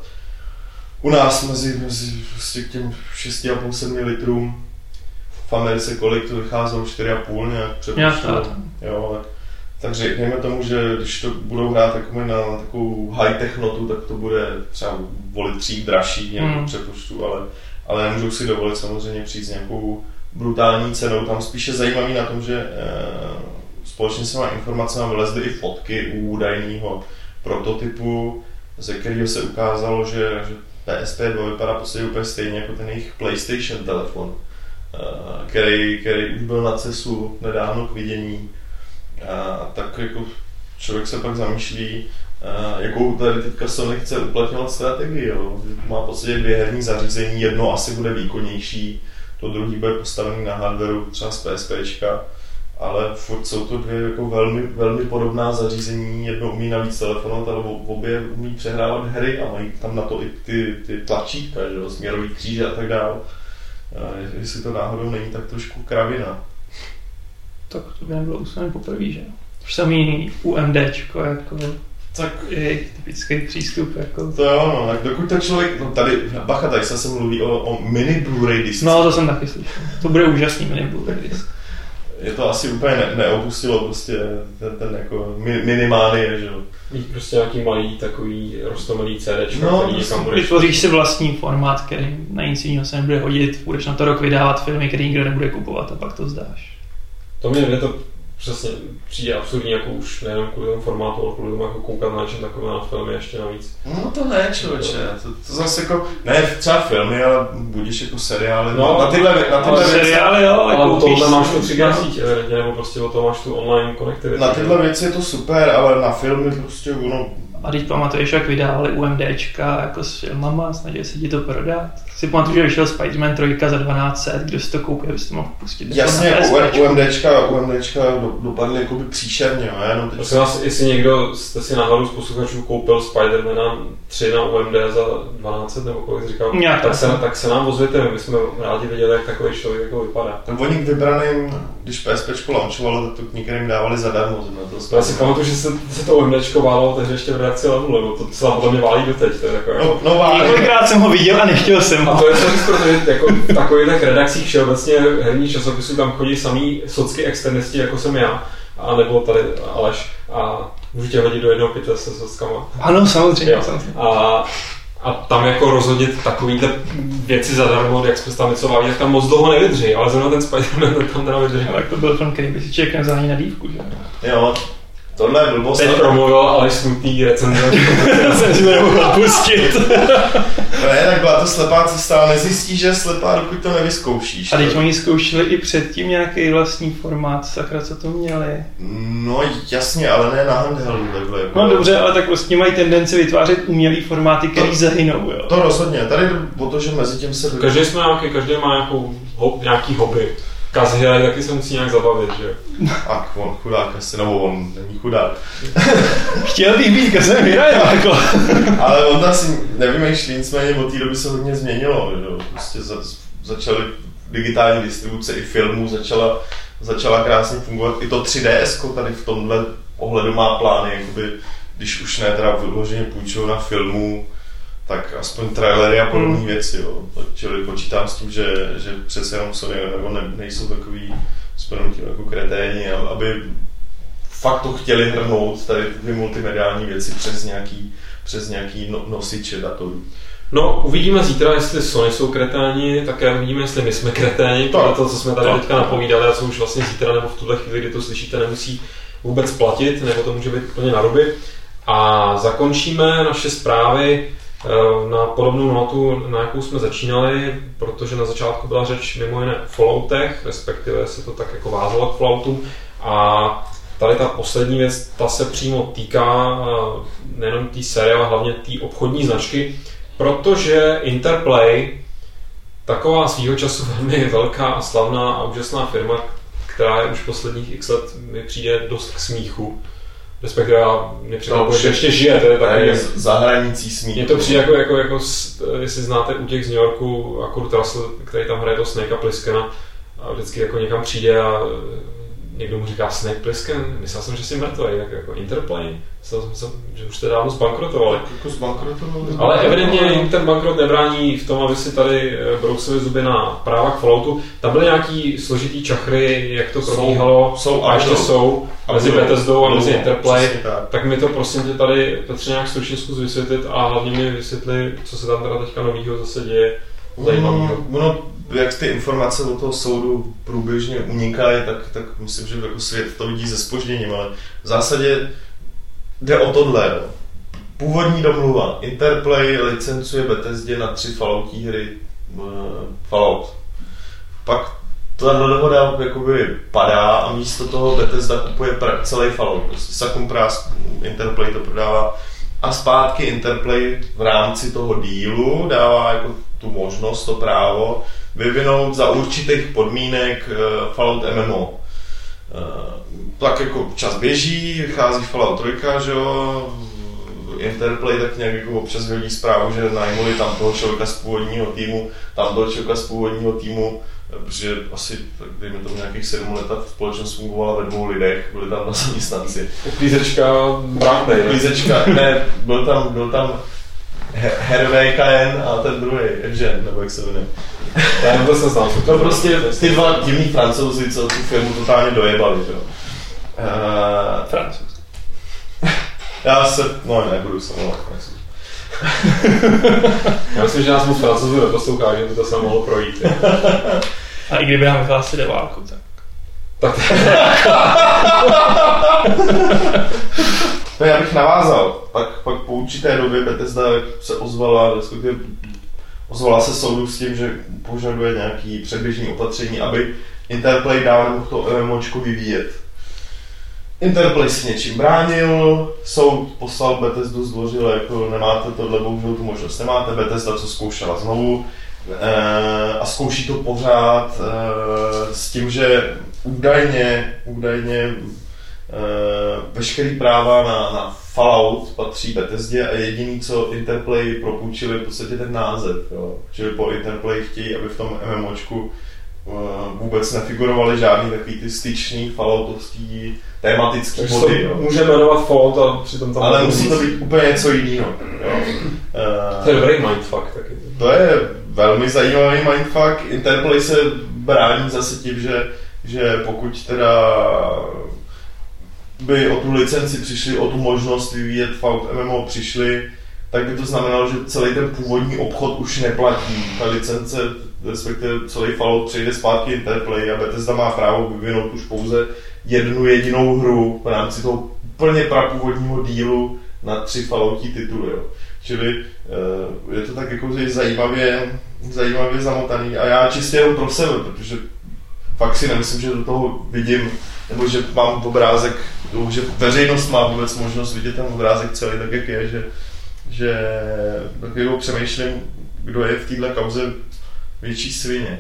u nás mezi prostě k těm 6,5-7 litrům. V Americe kolik to vycházelo? 4,5 nějak přepočtu. Jo, tak řekněme tomu, že když to budou hrát na takovou high-tech notu, tak to bude třeba volit 3 dražší nějakou přepočtu, ale nemůžou si dovolit samozřejmě přijít s nějakou brutální cenou. Tam spíše zajímavý na tom, že společně s těma informacemi vylezly i fotky údajného prototypu, ze kterého se ukázalo, že PSP 2 vypadá v podstatě úplně stejně jako ten jejich PlayStation telefon, který už byl na CESu nedávno k vidění. Tak jako člověk se pak zamýšlí, jakou tady teďka Sony chce uplatňovat strategii. Jo. Má v podstatě 2 herní zařízení, jedno asi bude výkonnější, to druhý bude postavený na hardwareu třeba z PSPčka, ale furt jsou to 2 jako velmi, velmi podobná zařízení, jedno umí navíc telefonovat, ale obě umí přehrávat hry a mají tam na to i ty tlačítka, směrový kříže a tak dále. Jestli to náhodou není tak trošku kravina. Tak to by nebylo úsměvně poprvé, že? Už samý UMDčko, jako tak je typický přístup. Jako. To jo, no, tak dokud ten člověk, no tady, bacha, tady se mluví o mini Blu-ray disku. No, to jsem taky slyšel. To bude úžasný mini Blu-ray disk. Je to asi úplně neopustilo prostě ten jako minimánie, že jo. Mít prostě nějaký malý takový roztomilý CDčko, no, který někam budeš... Vytvoříš si vlastní formát, který na nic jiného se nebude hodit, budeš na to rok vydávat filmy, který nikdo nebude kupovat a pak to zdáš. To mě to přesně přijde absurdní, jako už nejenom kvůli tomu formátu, ale kvůli tomu jako koukat na něčem takové na filmy ještě navíc. No to ne, člověče, to zase jako, ne třeba filmy, ale budíš jako seriály, no, na tyhle věci. Seriály, jo, ale tohle máš tu 3G síť, nebo prostě o to máš tu online konektivitu. Na tyhle věci je to super, ale na filmy prostě ono... A teď pamatuješ, jak vydávali UMDčka jako s filmama, snažili se ti to prodat. Si pamatuju, že vyšel Spider-Man 3 za 1200, kdo si to koupil, abys to mohl pustit. Jasně, jako UMDčka dopadly jakoby příšerně, jo, jenom teď... Prosím vás, jestli někdo jste si náhodou z posluchačů koupil Spider-Mana 3 na UMD za 1200, nebo kolik říkal, tak se nám ozvěte, my jsme rádi věděli, jak takový člověk jako vypadá. Oni k vybraným, když PSPčko launchovalo, tak to k některým dávali zadarmo. Já si pamatuju, že se to UMDčko válilo, takže ještě v degradaci levelu, nebo to se tam podle mě válí doteď, to je takové. Několikrát jsem ho viděl a nechtěl jsem ho. A to je co říct, protože jako v takových redakcích všeobecně herních časopisů tam chodí samý socky externisti, jako jsem já, a nebo tady Aleš, a můžu tě hodit do jednoho pytle se sockama. Ano, samozřejmě. A tam jako rozhodně takovýhle věci zadarmo, jak jsme tam něco váděli, tak tam moc dlouho nevydrží, ale zrovna ten Spider-Man tam teda vydrží. Tak to byl film, který by si člověk nevzal na dívku, že? Jo, tohle je blbost. Teď promluvil Aleš smutný recenze. Já jsem si to nemohl pustit. Ne, tak byla to slepá cesta, ale nezjistíš, že je slepá, dokud to nevyzkoušíš. A teď oni zkoušeli i předtím nějaký vlastní formát, sakra, co to měli? No jasně, ale ne na handheldu takhle. Jako No dobře, ale tak vlastně mají tendenci vytvářet umělý formáty, který zahynou, jo? To rozhodně, tady o to, že mezi tím se... Každý má nějaký hobby. Kazhiraj taky se musí nějak zabavit, že jo? Ach, on chudák asi, nebo on není chudák. Chtěl bych být Kazhirajem, jako. Ale on to asi nevymýšlí, nicméně od té doby se hodně změnilo, že jo? Prostě začaly digitální distribuce i filmů, začala krásně fungovat. I to 3DS tady v tomhle ohledu má plány, jakoby, když už ne teda vyloženě půjčují na filmů, tak aspoň trailery a podobné věci, jo. Čili počítám s tím, že přece jenom Sony nebo nejsou takový splnutím jako kreténi, aby fakt to chtěli hrnout tady ty multimediální věci přes nějaký nosiče datorů. No, uvidíme zítra, jestli Sony jsou kreténi, také uvidíme, jestli my jsme kreténi, podle toho, co jsme tady teďka napovídali a co už vlastně zítra nebo v tuhle chvíli, kdy to slyšíte, nemusí vůbec platit, nebo to může být úplně na ruby. A zakončíme naše zprávy na podobnou notu, na jakou jsme začínali, protože na začátku byla řeč mimo jiné o Falloutech, respektive se to tak jako vázalo k Falloutům. A tady ta poslední věc, ta se přímo týká nejenom té série, ale hlavně té obchodní značky, protože Interplay, taková svýho času velmi velká a slavná a úžasná firma, která je už posledních x let, mi přijde dost k smíchu. Respektive mě překvapuje, že ještě žije, to je takový zahranicí smích. Mně to přijde jako, jestli znáte Útěk z New Yorku a Kurt Russell, který tam hraje toho Snakea Plisskenna a vždycky jako někam přijde a někdo mu říká Snake Plissken, myslel jsem, že jsi mrtvý, tak jako Interplay, myslel jsem, že už jste dávno zbankrotovali. Ale evidentně jim ten bankrot nebrání v tom, aby si tady brousili zuby na práva k Falloutu. Tam byly nějaký složitý čachry, jak to probíhalo, a ještě jsou mezi Bethesdou a mezi Interplay. Tak mi to prosím tě tady, Petře, nějak stručně zkus vysvětlit a hlavně mi vysvětli, co se tam teda teďka novýho zase děje zajímavého. Jak ty informace od toho soudu průběžně unikají, tak myslím, že jako svět to vidí se zpožděním, ale v zásadě jde o tohle. No. Původní domluva. Interplay licencuje Bethesdě na 3 Falloutí hry Fallout. Pak tato dohoda jakoby padá a místo toho Bethesda kupuje celý Fallout. Prostě Sakum Prás Interplay to prodává a zpátky Interplay v rámci toho dílu dává jako tu možnost, to právo vyvinout za určitých podmínek Fallout MMO. Tak jako čas běží, vychází Fallout 3, že jo, Interplay tak nějak jako občas vyhodí zprávu, že najmuli tam toho člověka z původního týmu, protože asi, tak dejme tomu nějakých 7 let společnost fungovala ve 2 lidech, byli tam na zaměstnanci. Uklízečka Brandej. Ne, byl tam Hervé Kajen a ten druhý, Evžen, nebo jak se jmenuje. Já vůbec neznám. No prostě ty dva divní Francouzi, co tu firmu totálně dojebali, že jo. Francouz. Nebudu se mluvit Francouz. Já myslím, že nás moc Francouzů neposlouchá, že by to se mohlo projít. A i kdyby nám vyhlásili válku, tak. No já bych navázal, pak po určité době Bethesda se ozvala se soudu s tím, že požaduje nějaké předběžné opatření, aby Interplay dál nemohl to MMOčko vyvíjet. Interplay si něčím bránil, soud poslal Bethesdu zdvořile, jako nemáte tohle, bohužel tu možnost nemáte, Bethesda co zkoušela znovu a zkouší to pořád s tím, že údajně veškerý práva na Fallout patří Bethesdě a jediný, co Interplay propůjčili, je v podstatě ten název. Jo. Čili po Interplay chtějí, aby v tom MMOčku vůbec nefigurovaly žádný takový ty styčný falloutovský tematický body. Může jmenovat Fallout a přitom tam... Ale musí to být úplně něco jiného. To je dobrý mindfuck taky. To je velmi zajímavý mindfuck. Interplay se brání zase tím, že pokud teda by o tu licenci přišli, o tu možnost vyvíjet Fallout MMO přišli, tak by to znamenalo, že celý ten původní obchod už neplatí. Ta licence, respektive celý Fallout přejde zpátky Interplay a Bethesda má právo vyvinout už pouze jednu jedinou hru v rámci toho úplně prapůvodního dílu na 3 Falloutí tituly. Jo. Čili je to tak jako zajímavě zamotaný a já čistě jenom pro sebe, protože fakt si nemyslím, že do toho vidím, nebo že mám obrázek, že veřejnost má vůbec možnost vidět ten obrázek celý tak, jak je, že tak jako přemýšlím, kdo je v této kauze větší svině.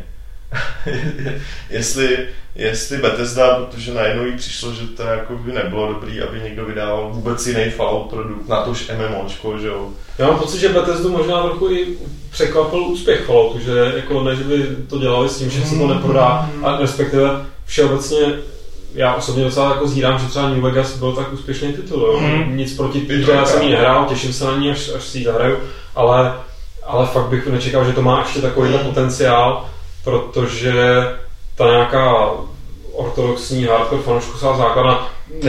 jestli Bethesda, protože najednou jí přišlo, že to jako by nebylo dobrý, aby někdo vydával vůbec jiný Fallout produkt, natož MMOčko, že jo. Já mám pocit, že Bethesdu možná trochu i překvapil úspěch Falloutu, že jako ne, že by to dělali s tím, že se to neprodá, a respektive všeobecně já osobně docela jako zírám, že třeba New Vegas byl tak úspěšný titul, jo. Nic proti týdře, já jsem ji nehrál, těším se na ní, až si ji zahraju, ale fakt bych nečekal, že to má ještě takovýhle potenciál, protože ta nějaká ortodoxní hardcore fanouškovská základna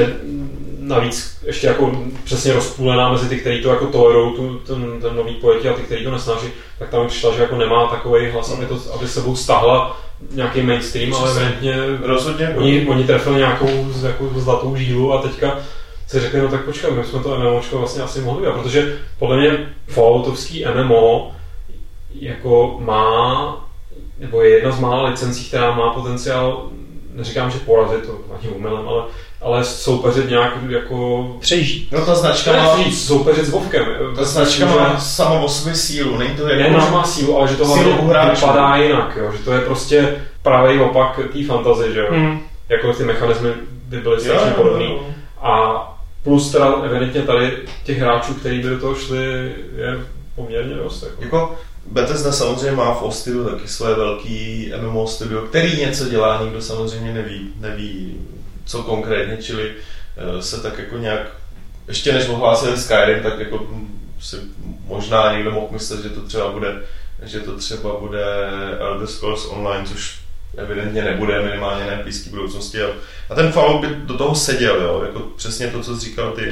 navíc ještě jako přesně rozpůlená mezi ty, kteří to jako tolerují, ten nový pojetí a ty, kteří to nesnaží, tak tam mi přišla, že jako nemá takový hlas, aby sebou stáhla nějaký mainstream, ale evidentně rozhodně oni trefili nějakou zlatou žílu a teďka si řekli, no tak počkej, my jsme to MMOčko vlastně asi mohli, protože podle mě Falloutovský MMO jako má, nebo je jedna z mála licencí, která má potenciál, neříkám, že porazit, to ani umělem, ale soupeřit nějak jako... Přežít. No ta značka má... Soupeřit s Vovkem. Ta značka má sama o sobě sílu, není to jako... Nejenom, že má sílu, ale že to hlavně vypadá jinak, jo? Že to je prostě právě opak té fantazie, že jo? Jako ty mechanismy by byly strašně podobný. A plus teda evidentně tady těch hráčů, kteří by do toho šli, je poměrně dost. Jako Bethesda samozřejmě má v Austilu taky své velký MMO studio, který něco dělá, nikdo samozřejmě neví co konkrétně, čili se tak jako nějak, ještě než ohlásili Skyrim, tak jako si možná někdo mohl myslet, že to třeba bude Elder Scrolls Online, což evidentně nebude, minimálně ne v blízké budoucnosti. A ten Fallout by do toho seděl, jo? Jako přesně to, co jsi říkal ty.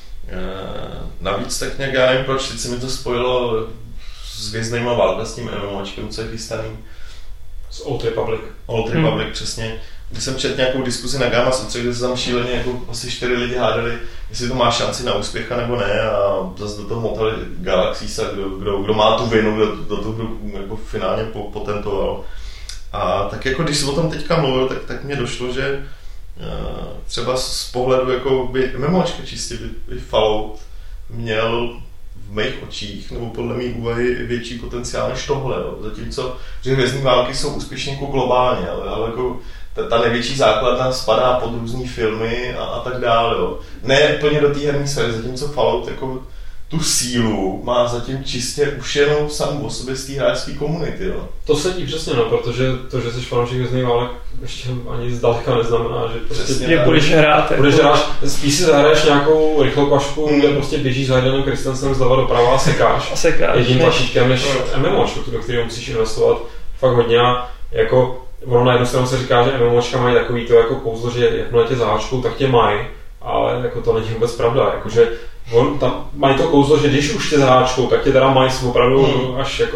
Navíc tak nějak, já nevím proč, teď se mi to spojilo s Hvězdnýma válka, s tím MMOčkem, co je chystaný. Z Old Republic. Old Republic, přesně. Když jsem četl nějakou diskusi na Gamma Sutra, kde se tam šíleně jako asi 4 lidi hádali, jestli to má šanci na úspěch nebo ne, a zase do toho motali Galaxisa, kdo má tu vinu, kdo tu hru jako finálně potentoval. A tak jako když jsem o tom teďka mluvil, tak mě došlo, že třeba z pohledu jako by MMOčka čistě by Fallout měl v mých očích, nebo podle mých úvahy, větší potenciál než tohle. Jo. Zatímco, že Hvězdní války jsou úspěšně jako globálně, ale jako ta největší základna spadá pod různý filmy a tak dále. Jo. Ne plně do té herní sféry, zatímco Fallout jako tu sílu má zatím čistě už jenom sám o sobě z té hráčské komunity. Jo. To sedí přesně, no, protože to, že jsi fanoušek Hvězdných válek, ještě ani zdaleka neznamená, že prostě budeš hrát. Spíš si zahraješ nějakou rychlokvašku, kde prostě běžíš za Haydenem Christensem zleva doprava a sekáš. Jedním tlačítkem než MMOčku, do kterého musíš investovat fakt hodně. Jako, ono na jednu stranu se říká, že MMOčka mají takový to jako kouzlo, že jakmile tě zaháčkou, tak tě mají, ale jako to není vůbec pravda. Jakože tam mají to kouzlo, že když už tě zaháčkou, tak tě teda mají opravdu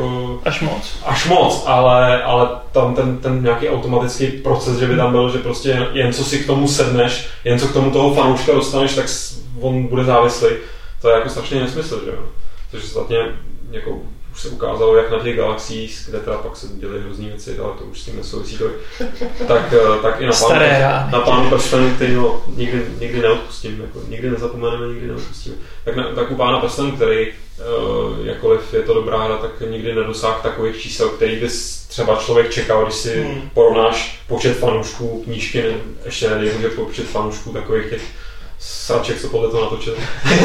až moc, ale tam ten nějaký automatický proces, že by tam byl, že prostě jen co si k tomu sedneš, jen co k tomu toho fanouška dostaneš, tak on bude závislý. To je jako strašný nesmysl, že jo. Což vlastně jako už se ukázalo, jak na těch galaxiích, kde teda pak se dělají různý věci, ale to už s tím nesouvisí tolik, tak i na Pánu prstenů, který nikdy neodpustím, jako, nikdy nezapomeneme, nikdy neodpustíme. Tak u Pána prstenů, který, jakkoliv je to dobrá hra, tak nikdy nedosáhl takových čísel, který by třeba člověk čekal, když si porovnáš počet fanoušků knížky, ještě nedej, že počet fanoušků takových těch sraček, co podle toho natočil.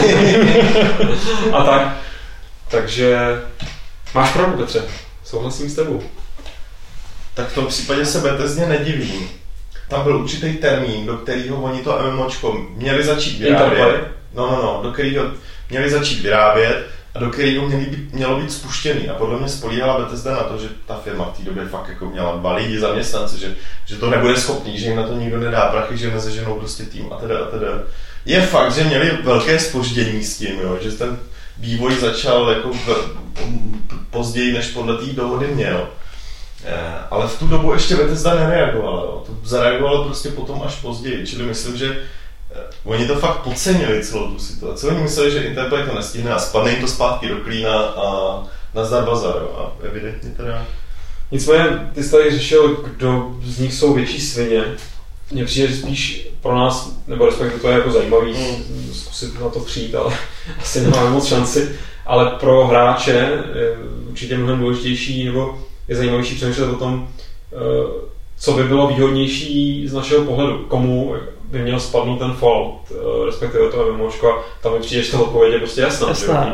A takže máš pravdu, Petře, souhlasím s tebou. tak v tom případě se Bethesdě nedivím. Tam byl určitý termín, do kterého oni to MMOčko měli začít vyrábět. Do kterého měli začít vyrábět a do kterého mělo být spuštěný. A podle mě spolíhala Bethesda na to, že ta firma v té době fakt jako měla 2 lidi zaměstnance, že to nebude schopný, že jim na to nikdo nedá prachy, že nezaženou prostě tým a teda. Je fakt, že měli velké zpoždění s tím, jo, že ten vývoj začal jako později, než podle té dohody měl. Ale v tu dobu ještě Bethesda nereagovala. Jo. To zareagovalo prostě potom až později. Čili myslím, že oni to fakt podcenili celou tu situaci. Oni mysleli, že Interplay to nestihne a spadne jim to zpátky do klína a nazdar bazar. A evidentně teda... Nicméně, ty jsi tady řešil, kdo z nich jsou větší svině. Mně přijde, že spíš pro nás, nebo respektive to je jako zajímavý zkusit na to přijít, ale asi nemáme moc šanci. Ale pro hráče je určitě mnohem důležitější, nebo je zajímavější přemýšlet o tom, co by bylo výhodnější z našeho pohledu, komu by měl spadnout ten Fallout, respektive to MMOčko, a tam mi přijde, že ta odpověď je prostě jasná.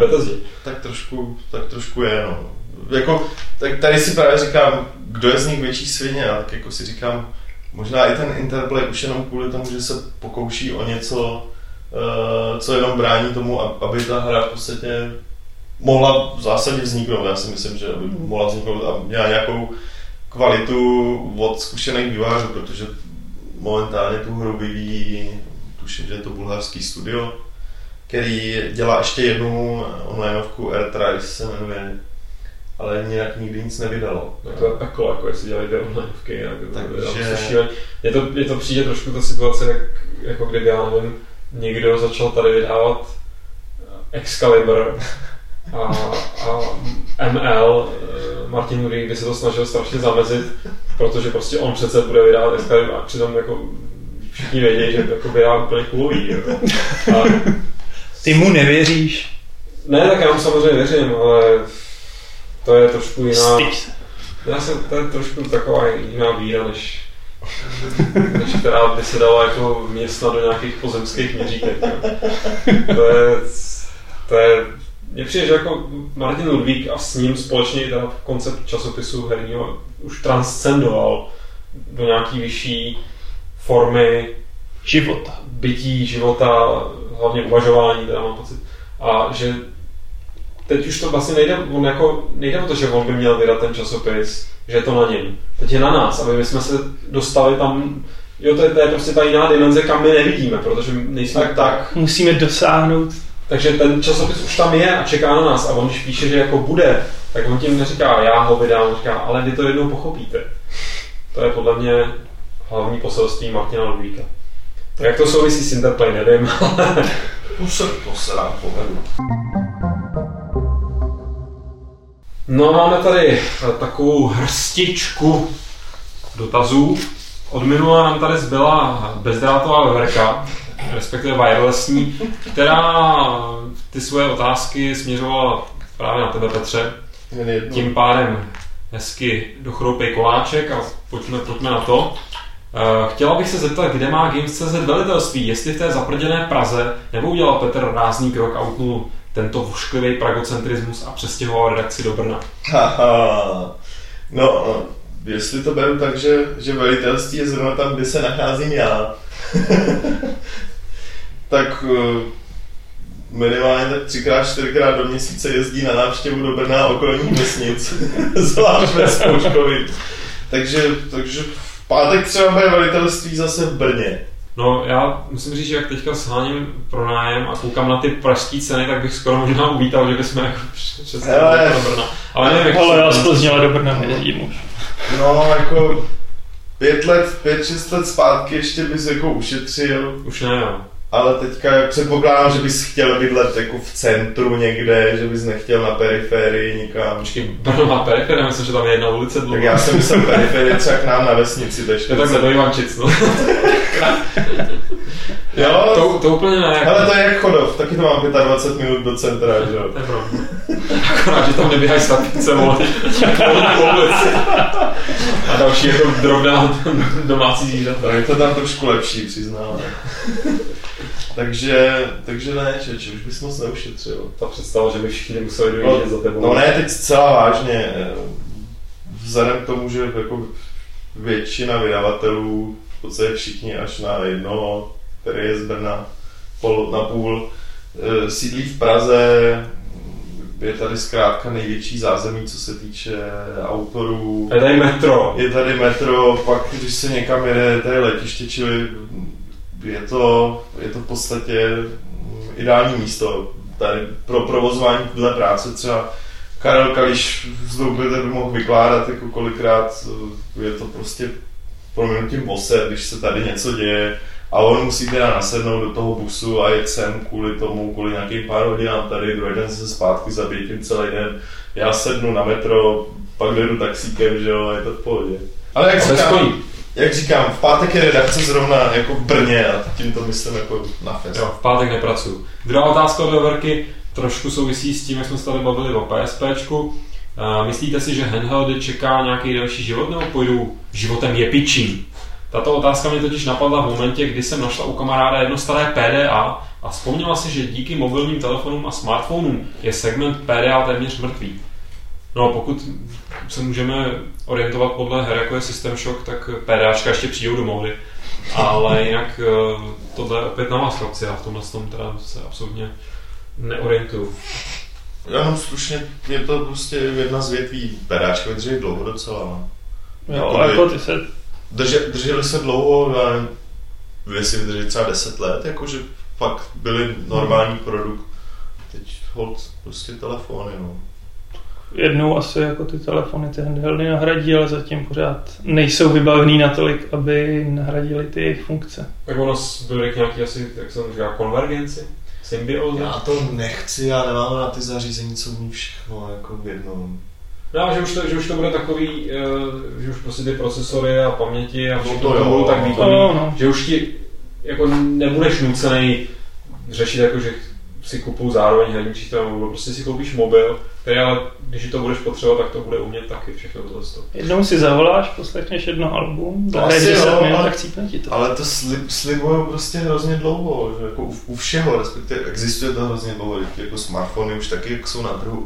Tak trošku je, no. Jako, tak tady si právě říkám, kdo je z nich větší svině, a tak jako si říkám, možná i ten Interplay už jenom kvůli tomu, že se pokouší o něco, co jenom brání tomu, aby ta hra v podstatě mohla v zásadě vzniknout. Já si myslím, že aby mohla vzniknout a měla nějakou kvalitu od zkušených vývojářů, protože momentálně tu hru vyvíjí, tuším, že je to bulharský studio, který dělá ještě jednu onlineovku, Earthrise se jmenuje, ale nějak nikdy nic nevydalo. No to je peklo, jako jestli dělají dvě onlineovky. Je to přijde trošku ta situace, jako kdyby, já nevím, někdo začal tady vydávat Excalibur a ML, Martin Uri, kdy se to snažil strašně zamezit, protože prostě on přece bude vydávat Excalibur a přitom jako všichni vědějí, že jako vydá úplně kulový. Ty mu nevěříš? Ne, tak já mu samozřejmě věřím, ale to je trošku jiná... To je trošku taková jiná víra, než která by se dala jako vměstnat do nějakých pozemských měřítek. To je mně přijde, že jako Martin Ludvík a s ním společně teda koncept časopisu herního už transcendoval do nějaký vyšší formy života. Bytí, života, hlavně uvažování, teda mám pocit. A že teď už to vlastně nejde o to, že on by měl vydat ten časopis, že je to na něm. Teď je na nás, aby jsme se dostali tam, jo, to je prostě ta jiná dimenze, kam my nevidíme, protože nejsme tak... Musíme dosáhnout. Takže ten časopis už tam je a čeká na nás a on, když píše, že jako bude, tak on tím neříká, já ho vydám, on říká, ale vy to jednou pochopíte. To je podle mě hlavní poselství Martina Ludvíka. Jak to souvisí s Interplay, nevím, ale... To se nám povedlo. No, máme tady takovou hrstičku dotazů. Od minula nám tady zbyla bezdrátová veverka, respektive wirelessní, která ty svoje otázky směřovala právě na tebe, Petře. Tím pádem hezky dochroupej koláček a pojďme na to. Chtěla bych se zeptat, kde má Games.cz velitelství, jestli v té zaprděné Praze, nebo udělal Petr rázný krok a utnul tento vošklivý pragocentrismus a přestěhoval redakci do Brna. No, jestli to beru tak, že velitelství je zrovna tam, kde se nacházím já, tak minimálně tak 3x-4x do měsíce jezdí na návštěvu do Brna a okolních vesnic, zvlášť ve Spouškovi. Takže v pátek třeba bude velitelství zase v Brně. No, já musím říct, že jak teďka sháním pronájem a koukám na ty pražské ceny, tak bych skoro možná uvítal, že bychom jako přestěhovali do Brna. Ale nevím, jak já z Plzně do Brna nejezdím už. No, jako 5-6 let zpátky ještě bys jako ušetřil. Už ne, jo. Ale teďka předpokládám, že bys chtěl bydlet jako v centru někde, že bys nechtěl na periferii nikam. Počkej, Brno má periferii, myslím, že tam je jedna ulice dlouho. Tak já jsem myslel periferii třeba k nám na vesnici. To je takhle do Ivančic, no. Jo, to úplně ne. Ale to je jak Chodov, taky to mám 25 minut do centra, že jo. To je pravda. Akorát, že tam neběhají statice volny po ulici. A další jako drobná domácí zvířata. Je to tam trošku lepší, přiznám. Takže ne, čeče, už bys moc neušetřil. Ta představa, že by všichni museli dojíždět za tebou. No ne, teď zcela vážně. Vzhledem k tomu, že jako většina vydavatelů, v podstatě všichni až na jednoho, který je z Brna na půl, sídlí v Praze. Je tady zkrátka největší zázemí, co se týče autorů. Je tady metro. Je tady metro, pak když se někam jede, tady letiště, čili je to v podstatě ideální místo tady pro provozování téhle práce. Třeba Karel Kališ z Doublete by mohl vykládat jako kolikrát, je to prostě prominutím bose, když se tady něco děje a on musí teda nasednout do toho busu a jet sem kvůli nějakým pár hodinám tady, druhý den se zpátky zabije tím celý den. Já sednu na metro, pak jdu taxíkem, že jo, a je to v pohodě. Ale jak říkám, v pátek je redakce zrovna jako v Brně a tím to myslím jako na fest. Jo, v pátek nepracuju. Druhá otázka od Verky trošku souvisí s tím, jak jsme se tady bavili o PSPčku. Myslíte si, že handheldy čeká nějaký další život, nebo půjdou životem jepičím? Tato otázka mě totiž napadla v momentě, kdy jsem našla u kamaráda jedno staré PDA a vzpomněla si, že díky mobilním telefonům a smartphonům je segment PDA téměř mrtvý. No, pokud se můžeme orientovat podle her, jako je System Shock, tak PDAčka ještě přijdou do módy. Ale jinak tohle je opět na vás, chlapci, já v tomhle tom teda se absolutně neorientuju. Jenom slušně, je to prostě jedna z větví. PDAčka vydrží dlouho docela. Jo, jako ty se... Drželi se dlouho, jestli vydrží třeba 10 let, jakože fakt byly normální produkt. Teď hold prostě telefony, no. Jednou asi jako ty telefony, ty handheldy nahradí, ale zatím pořád nejsou vybavený natolik, aby nahradili ty jejich funkce. Tak ono dojde k nějaký asi, jak se říká, konvergenci? Symbioze? Já to nechci, já nemám na ty zařízení, co umí všechno jako v jednom. No, že už to bude takový, že už prostě ty procesory a paměti a všechno to budou tak výkonný, no. že už ti jako nebudeš nucený řešit jako, že si kupuju zároveň herní přístroj, prostě si koupíš mobil, který ale když to budeš potřebovat, tak to bude umět taky všechno tohle. Jednou si zavoláš, poslechneš jedno album, zahraješ 10 minut, tak cípne ti to. Ale to slibuju prostě hrozně dlouho, že jako u všeho, respektive existuje to hrozně dlouho, jako smartfony už taky jako jsou na trhu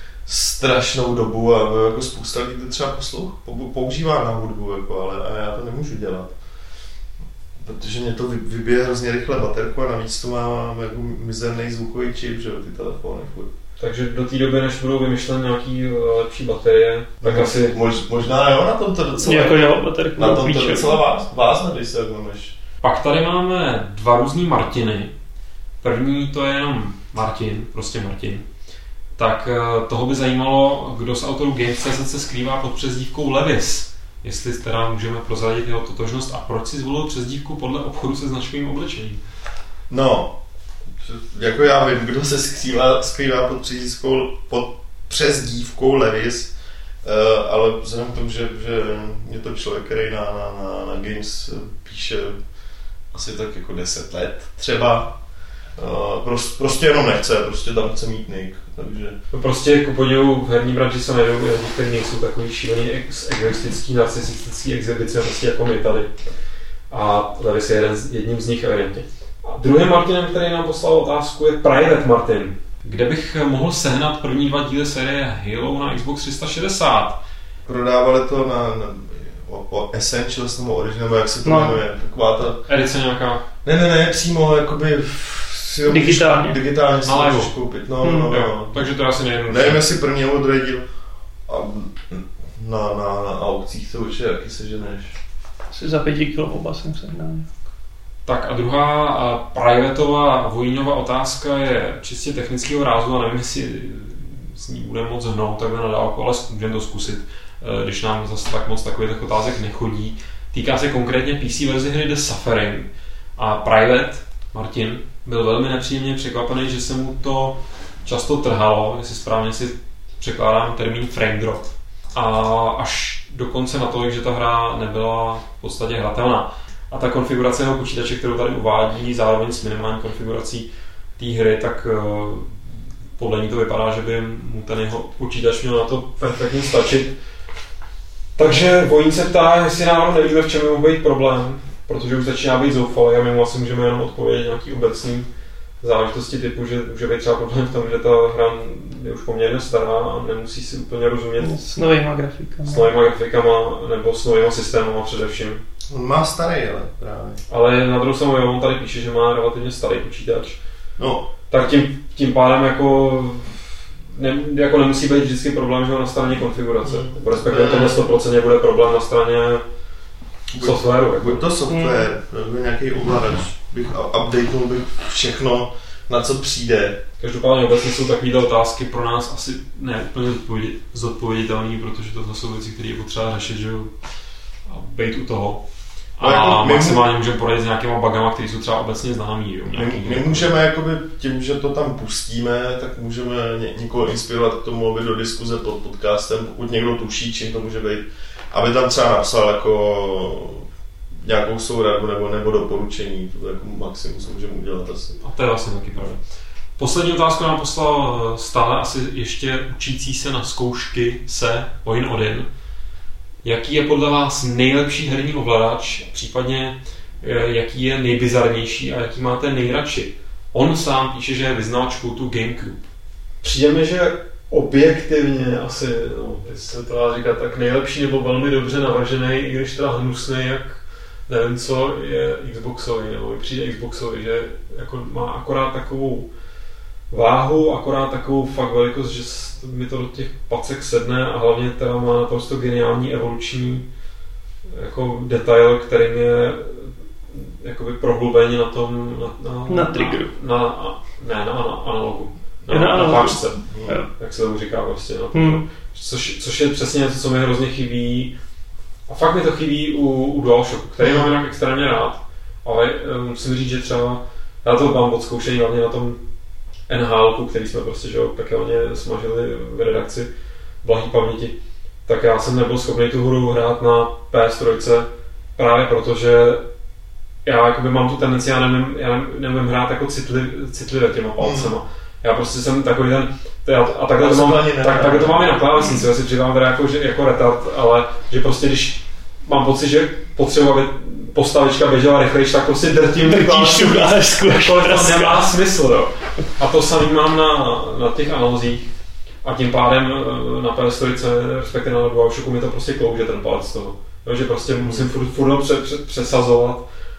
strašnou dobu a jako spousta lidí to třeba používá na hudbu, jako, ale já to nemůžu dělat. Protože mě to vybije hrozně rychle baterku a navíc to mám jako mizerný zvukový čip, že ty telefony furt. Takže do té doby, než budou vymyšleny nějaký lepší baterie, tak asi... Možná jo, na tom to docela... Jako jo, baterku na tom to docela vázne, když se odnomeš. Pak tady máme dva různý Martiny. První to je jenom Martin, prostě Martin. Tak toho by zajímalo, kdo z autorů Games.cz se skrývá pod přezdívkou Levis. Jestli teda můžeme prozradit jeho totožnost a proč si zvolil přezdívku podle obchodu se značkovým oblečením. No, jako já vím, kdo se skrývá pod přezdívkou Levis, ale vzhledem k tomu, že je to člověk, který na Games píše asi tak jako 10 let třeba, prostě jenom nechce, prostě tam chce mít nick, takže... Prostě ku podivu v herní branži se najdou lidi, kteří nejsou takový šílený egoistický, narcistický exhibicionalisti jako my tady. A Levis je jedním z nich evidentně. A druhým Martinem, který nám poslal otázku, je Private Martin. Kde bych mohl sehnat první 2 díly série Halo na Xbox 360? Prodávali to o Essentials nebo Original, jak se to jmenuje, taková ta... Edice nějaká? Ne, přímo jakoby... Digitálně si můžeš koupit. No. Takže to asi nejjednou. Nevím, jestli první nebo druhý díl. A na aukcích to určitě taky seženeš. Asi za 5 kg oba jsem sehnal. Tak a druhá privatová Vojínova otázka je čistě technického rázu a nevím, jestli s ní budeme moc hnout takhle na dálku, ale můžeme to zkusit, když nám zase tak moc takových otázek nechodí. Týká se konkrétně PC verze hry The Suffering a Private Martin byl velmi nepříjemně překvapený, že se mu to často trhalo, jestli správně si překládám termín frame drop. A až dokonce natolik, že ta hra nebyla v podstatě hratelná. A ta konfigurace jeho počítače, kterou tady uvádí, zároveň s minimální konfigurací té hry, tak podle ní to vypadá, že by mu ten jeho počítač měl na to perfektně stačit. Takže Vojín se ptá, jestli náhodou nevíme, v čem by mohl být problém, protože už začíná být zoufalý a my mu asi můžeme jenom odpovědět nějaký obecný záležitosti typu, že může být třeba problém v tom, že ta hra je už poměrně stará a nemusí si úplně rozumět s novýma grafikama nebo s novýma systémama především. On má starý, ale právě. Ale na druhou stranu on tady píše, že má relativně starý počítač. No. Tak tím pádem jako nemusí být vždycky problém, že na straně konfigurace. Respektive tohle 100% bude problém na straně softwaru. Buď to software, nebo nějaký ovladač, updateoval bych všechno, na co přijde. Každopádně obecně jsou takovéhle otázky pro nás asi ne úplně zodpověditelné, protože to jsou věci, které je potřeba řešit, že a být u toho. A maximálně můžeme poradit s nějakýma bugama, které jsou třeba obecně známý. My můžeme jakoby tím, že to tam pustíme, tak můžeme někoho inspirovat k tomu, aby do diskuze pod podcastem, pokud někdo tuší, čím to může být, aby tam třeba napsal jako nějakou souradu nebo doporučení, to jako maximum, co můžeme udělat asi. A to je vlastně taky pravda. Poslední otázku nám poslal stále asi ještě učící se na zkoušky se Odin. Jaký je podle vás nejlepší herní ovladač, případně jaký je nejbizarnější a jaký máte nejradši? On sám píše, že je vyznavač kultu GameCube. Přijde mi, že objektivně asi, jestli se to dá říkat, tak nejlepší nebo velmi dobře navržený, i když teda hnusný, jak nevím co, je Xboxový, nebo mi přijde Xboxový, že jako má akorát takovou váhu, akorát takovou fakt velikost, že mi to do těch pacek sedne a hlavně teda má naprosto geniální evoluční jako detail, který mě jakoby prohlubeně na tom na triggeru. Na analogu. Na páčce, jak se tomu říká prostě. Což je přesně něco, co mi hrozně chybí. A fakt mi to chybí u DualShocku, který mám jinak extrémně rád. Ale musím říct, že třeba já to mám odzkoušení hlavně na tom NHL, který jsme prostě pekelně smažili v redakci blahý paměti, tak já jsem nebyl schopný tu hru hrát na PS3 právě proto, že já jakoby mám tu tendenci, já nevím hrát jako citlivě těma palcema. Já prostě jsem takový ten, a takhle to mám i na klávesnici, já si přidám teda jako retard, ale že prostě když mám pocit, že potřebuji, aby postavička běžela rychlejš, tak prostě drtím klávesku, to nemá smysl. Jo. A to samý mám na těch analozích a tím pádem na PS4, respektive na DualShocku mi to prostě klouže ten palec toho. Jo, že prostě musím furt přesazovat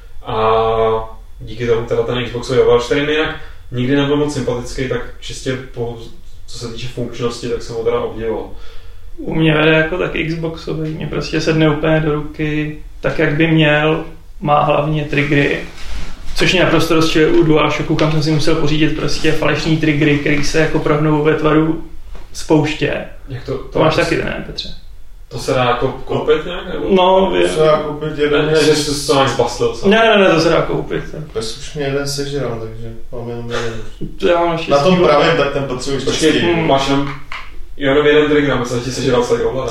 a díky tomu teda ten Xboxový ovladač, který mi jinak nikdy nebyl moc sympatický, tak čistě co se týče funkčnosti, tak jsem ho teda obdivoval. U mě vede jako tak Xboxový, mě prostě sedne úplně do ruky, tak jak by měl, má hlavně triggery, což mě naprosto rozčiluje u DualShocku, kam jsem si musel pořídit prostě falešný triggery, který se jako prohnou ve tvaru spouště. Jak to máš taky, ne, Petře? To se dá jako koupit nějak? Nebo? No, to se dá koupit jeden. Ne, že jsi to nějak zbastil. Ne, to se dá koupit. Pes už mě jeden sežral, takže mám jenom jeden. Na tom pravém, tak ten potřebuješ počkej, máš jenom jeden trigger, myslím, že ti sežral celý ovladač.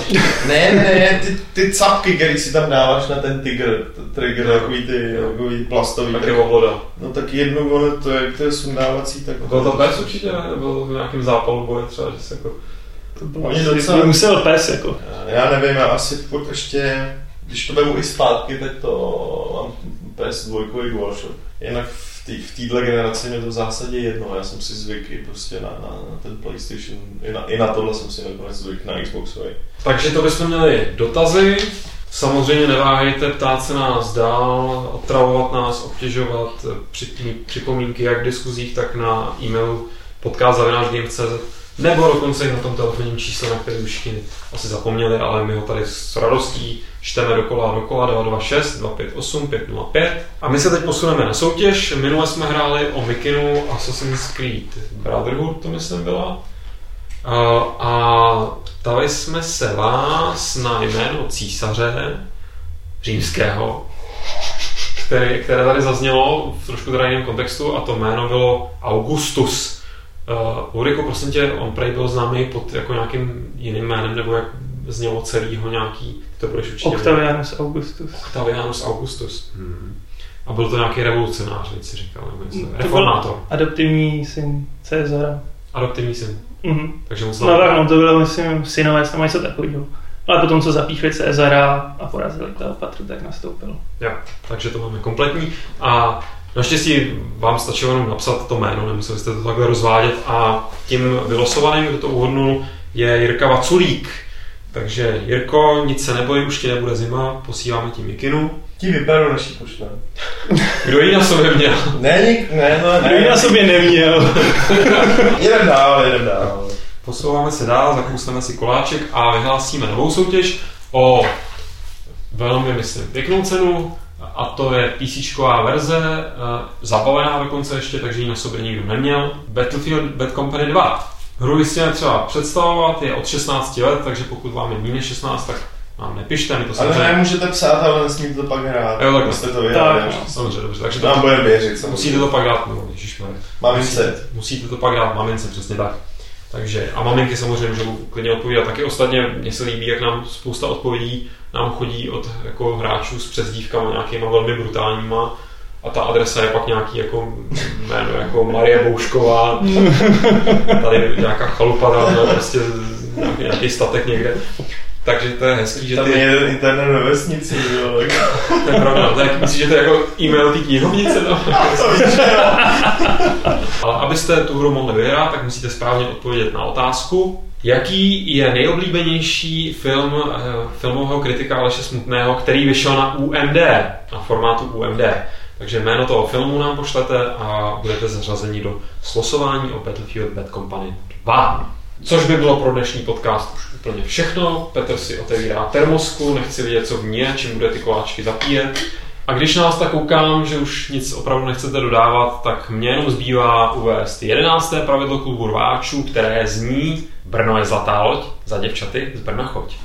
Ne, ty capky, který si tam dáváš na ten trigger, takový plastový. Tak je ovlada. No tak jednu, ono to je, jak to je sundávací, tak... Bylo to pes určitě, ne? Nebo v nějakém zápalu boje třeba, že se jako... To bylo docela... Musel pes jako. Já nevím, já asi furt ještě, když to vemu i zpátky, tak to mám PS2 DualShock. Jinak v této generaci mě to v zásadě jedno, já jsem si zvyklý prostě na ten PlayStation, i na tohle jsem si nakonec zvyklý na Xboxový. Takže to bychom měli dotazy, samozřejmě neváhejte ptát se nás dál, otravovat nás, obtěžovat, připomínky jak v diskuzích, tak na e-mailu podcast@games.cz nebo dokonce i na tom telefonním čísle, na který už všichni asi zapomněli, ale my ho tady s radostí čteme dokola 226 258 505. A my se teď posuneme na soutěž. Minule jsme hráli o Mikinu Assassin's Creed Brotherhood, to myslím byla. A ptali jsme se vás na jméno císaře římského, které tady zaznělo v trošku teda jiném kontextu, a to jméno bylo Augustus. Ulriku, prosím tě, on prej byl známý pod jako nějakým jiným jménem, nebo jak znělo celýho nějaký, to budeš určitě Octavianus Augustus. A byl to nějaký revolucionář, teď si říkal, nebo reformátor. Adoptivní syn Cezara. Adoptivní syn. Takže moc no to bylo, myslím, synové, tam něco takového. Ale potom, co zapíchli Cezara a porazili Kleopatru, tak nastoupil. Jo, takže to máme kompletní. A Naštěstí vám stačilo jenom napsat to jméno, nemuseli jste to takhle rozvádět a tím vylosovaným, kdo to uhodnul, je Jirka Vaculík. Takže Jirko, nic se neboj, už ti nebude zima, posíláme ti mikinu. Ti vyberu naší pošle. Kdo ji na sobě měl? Ne. Kdo ji na sobě neměl? Jedem dál. Posouváme se dál, zakousneme si koláček a vyhlásíme novou soutěž o velmi, myslím, pěknou cenu. A to je PCčková verze, zabavená dokonce ještě, takže ji na sobě nikdo neměl. Battlefield Bad Company 2. Hru jistě třeba představovat, je od 16 let, takže pokud vám je méně než 16, tak nám nepište, my to samozřejmě... Ale nemůžete psát, ale nesmíte to pak hrát. Jo, tak jste to vyhrali. Samozřejmě, dobře. Takže to nám budeme věřit. Musíte to pak dát, mamince. Musíte to pak dát mamince, přesně tak. Takže, a maminky samozřejmě můžou klidně odpovídat taky. Ostatně mně se líbí, jak nám spousta odpovědí nám chodí od jako hráčů s přezdívkama nějakýma velmi brutálníma a ta adresa je pak nějaký jako jméno jako Marie Boušková, tady nějaká chalupa, tam prostě nějaký statek někde. Takže to je hezký, že tam je jeden internet ve vesnici, jo. To je pravda, tak myslíš, že to je jako e-mail té knihovnice? No? To víš, jo. Ale abyste tu hru mohli vyhrát, tak musíte správně odpovědět na otázku. Jaký je nejoblíbenější film filmového kritika Aleše Smutného, který vyšel na UMD, na formátu UMD? Takže jméno toho filmu nám pošlete a budete zařazeni do slosování o Battlefield Bad Company 2. Což by bylo pro dnešní podcast už úplně všechno. Petr si otevírá termosku, nechci vidět, co v ní je, čím bude ty koláčky zapíjet. A když na vás tak koukám, že už nic opravdu nechcete dodávat, tak mě jenom zbývá uvést 11. pravidlo klubu rváčů, které zní: Brno je zlatá loď, za děvčaty z Brna choď.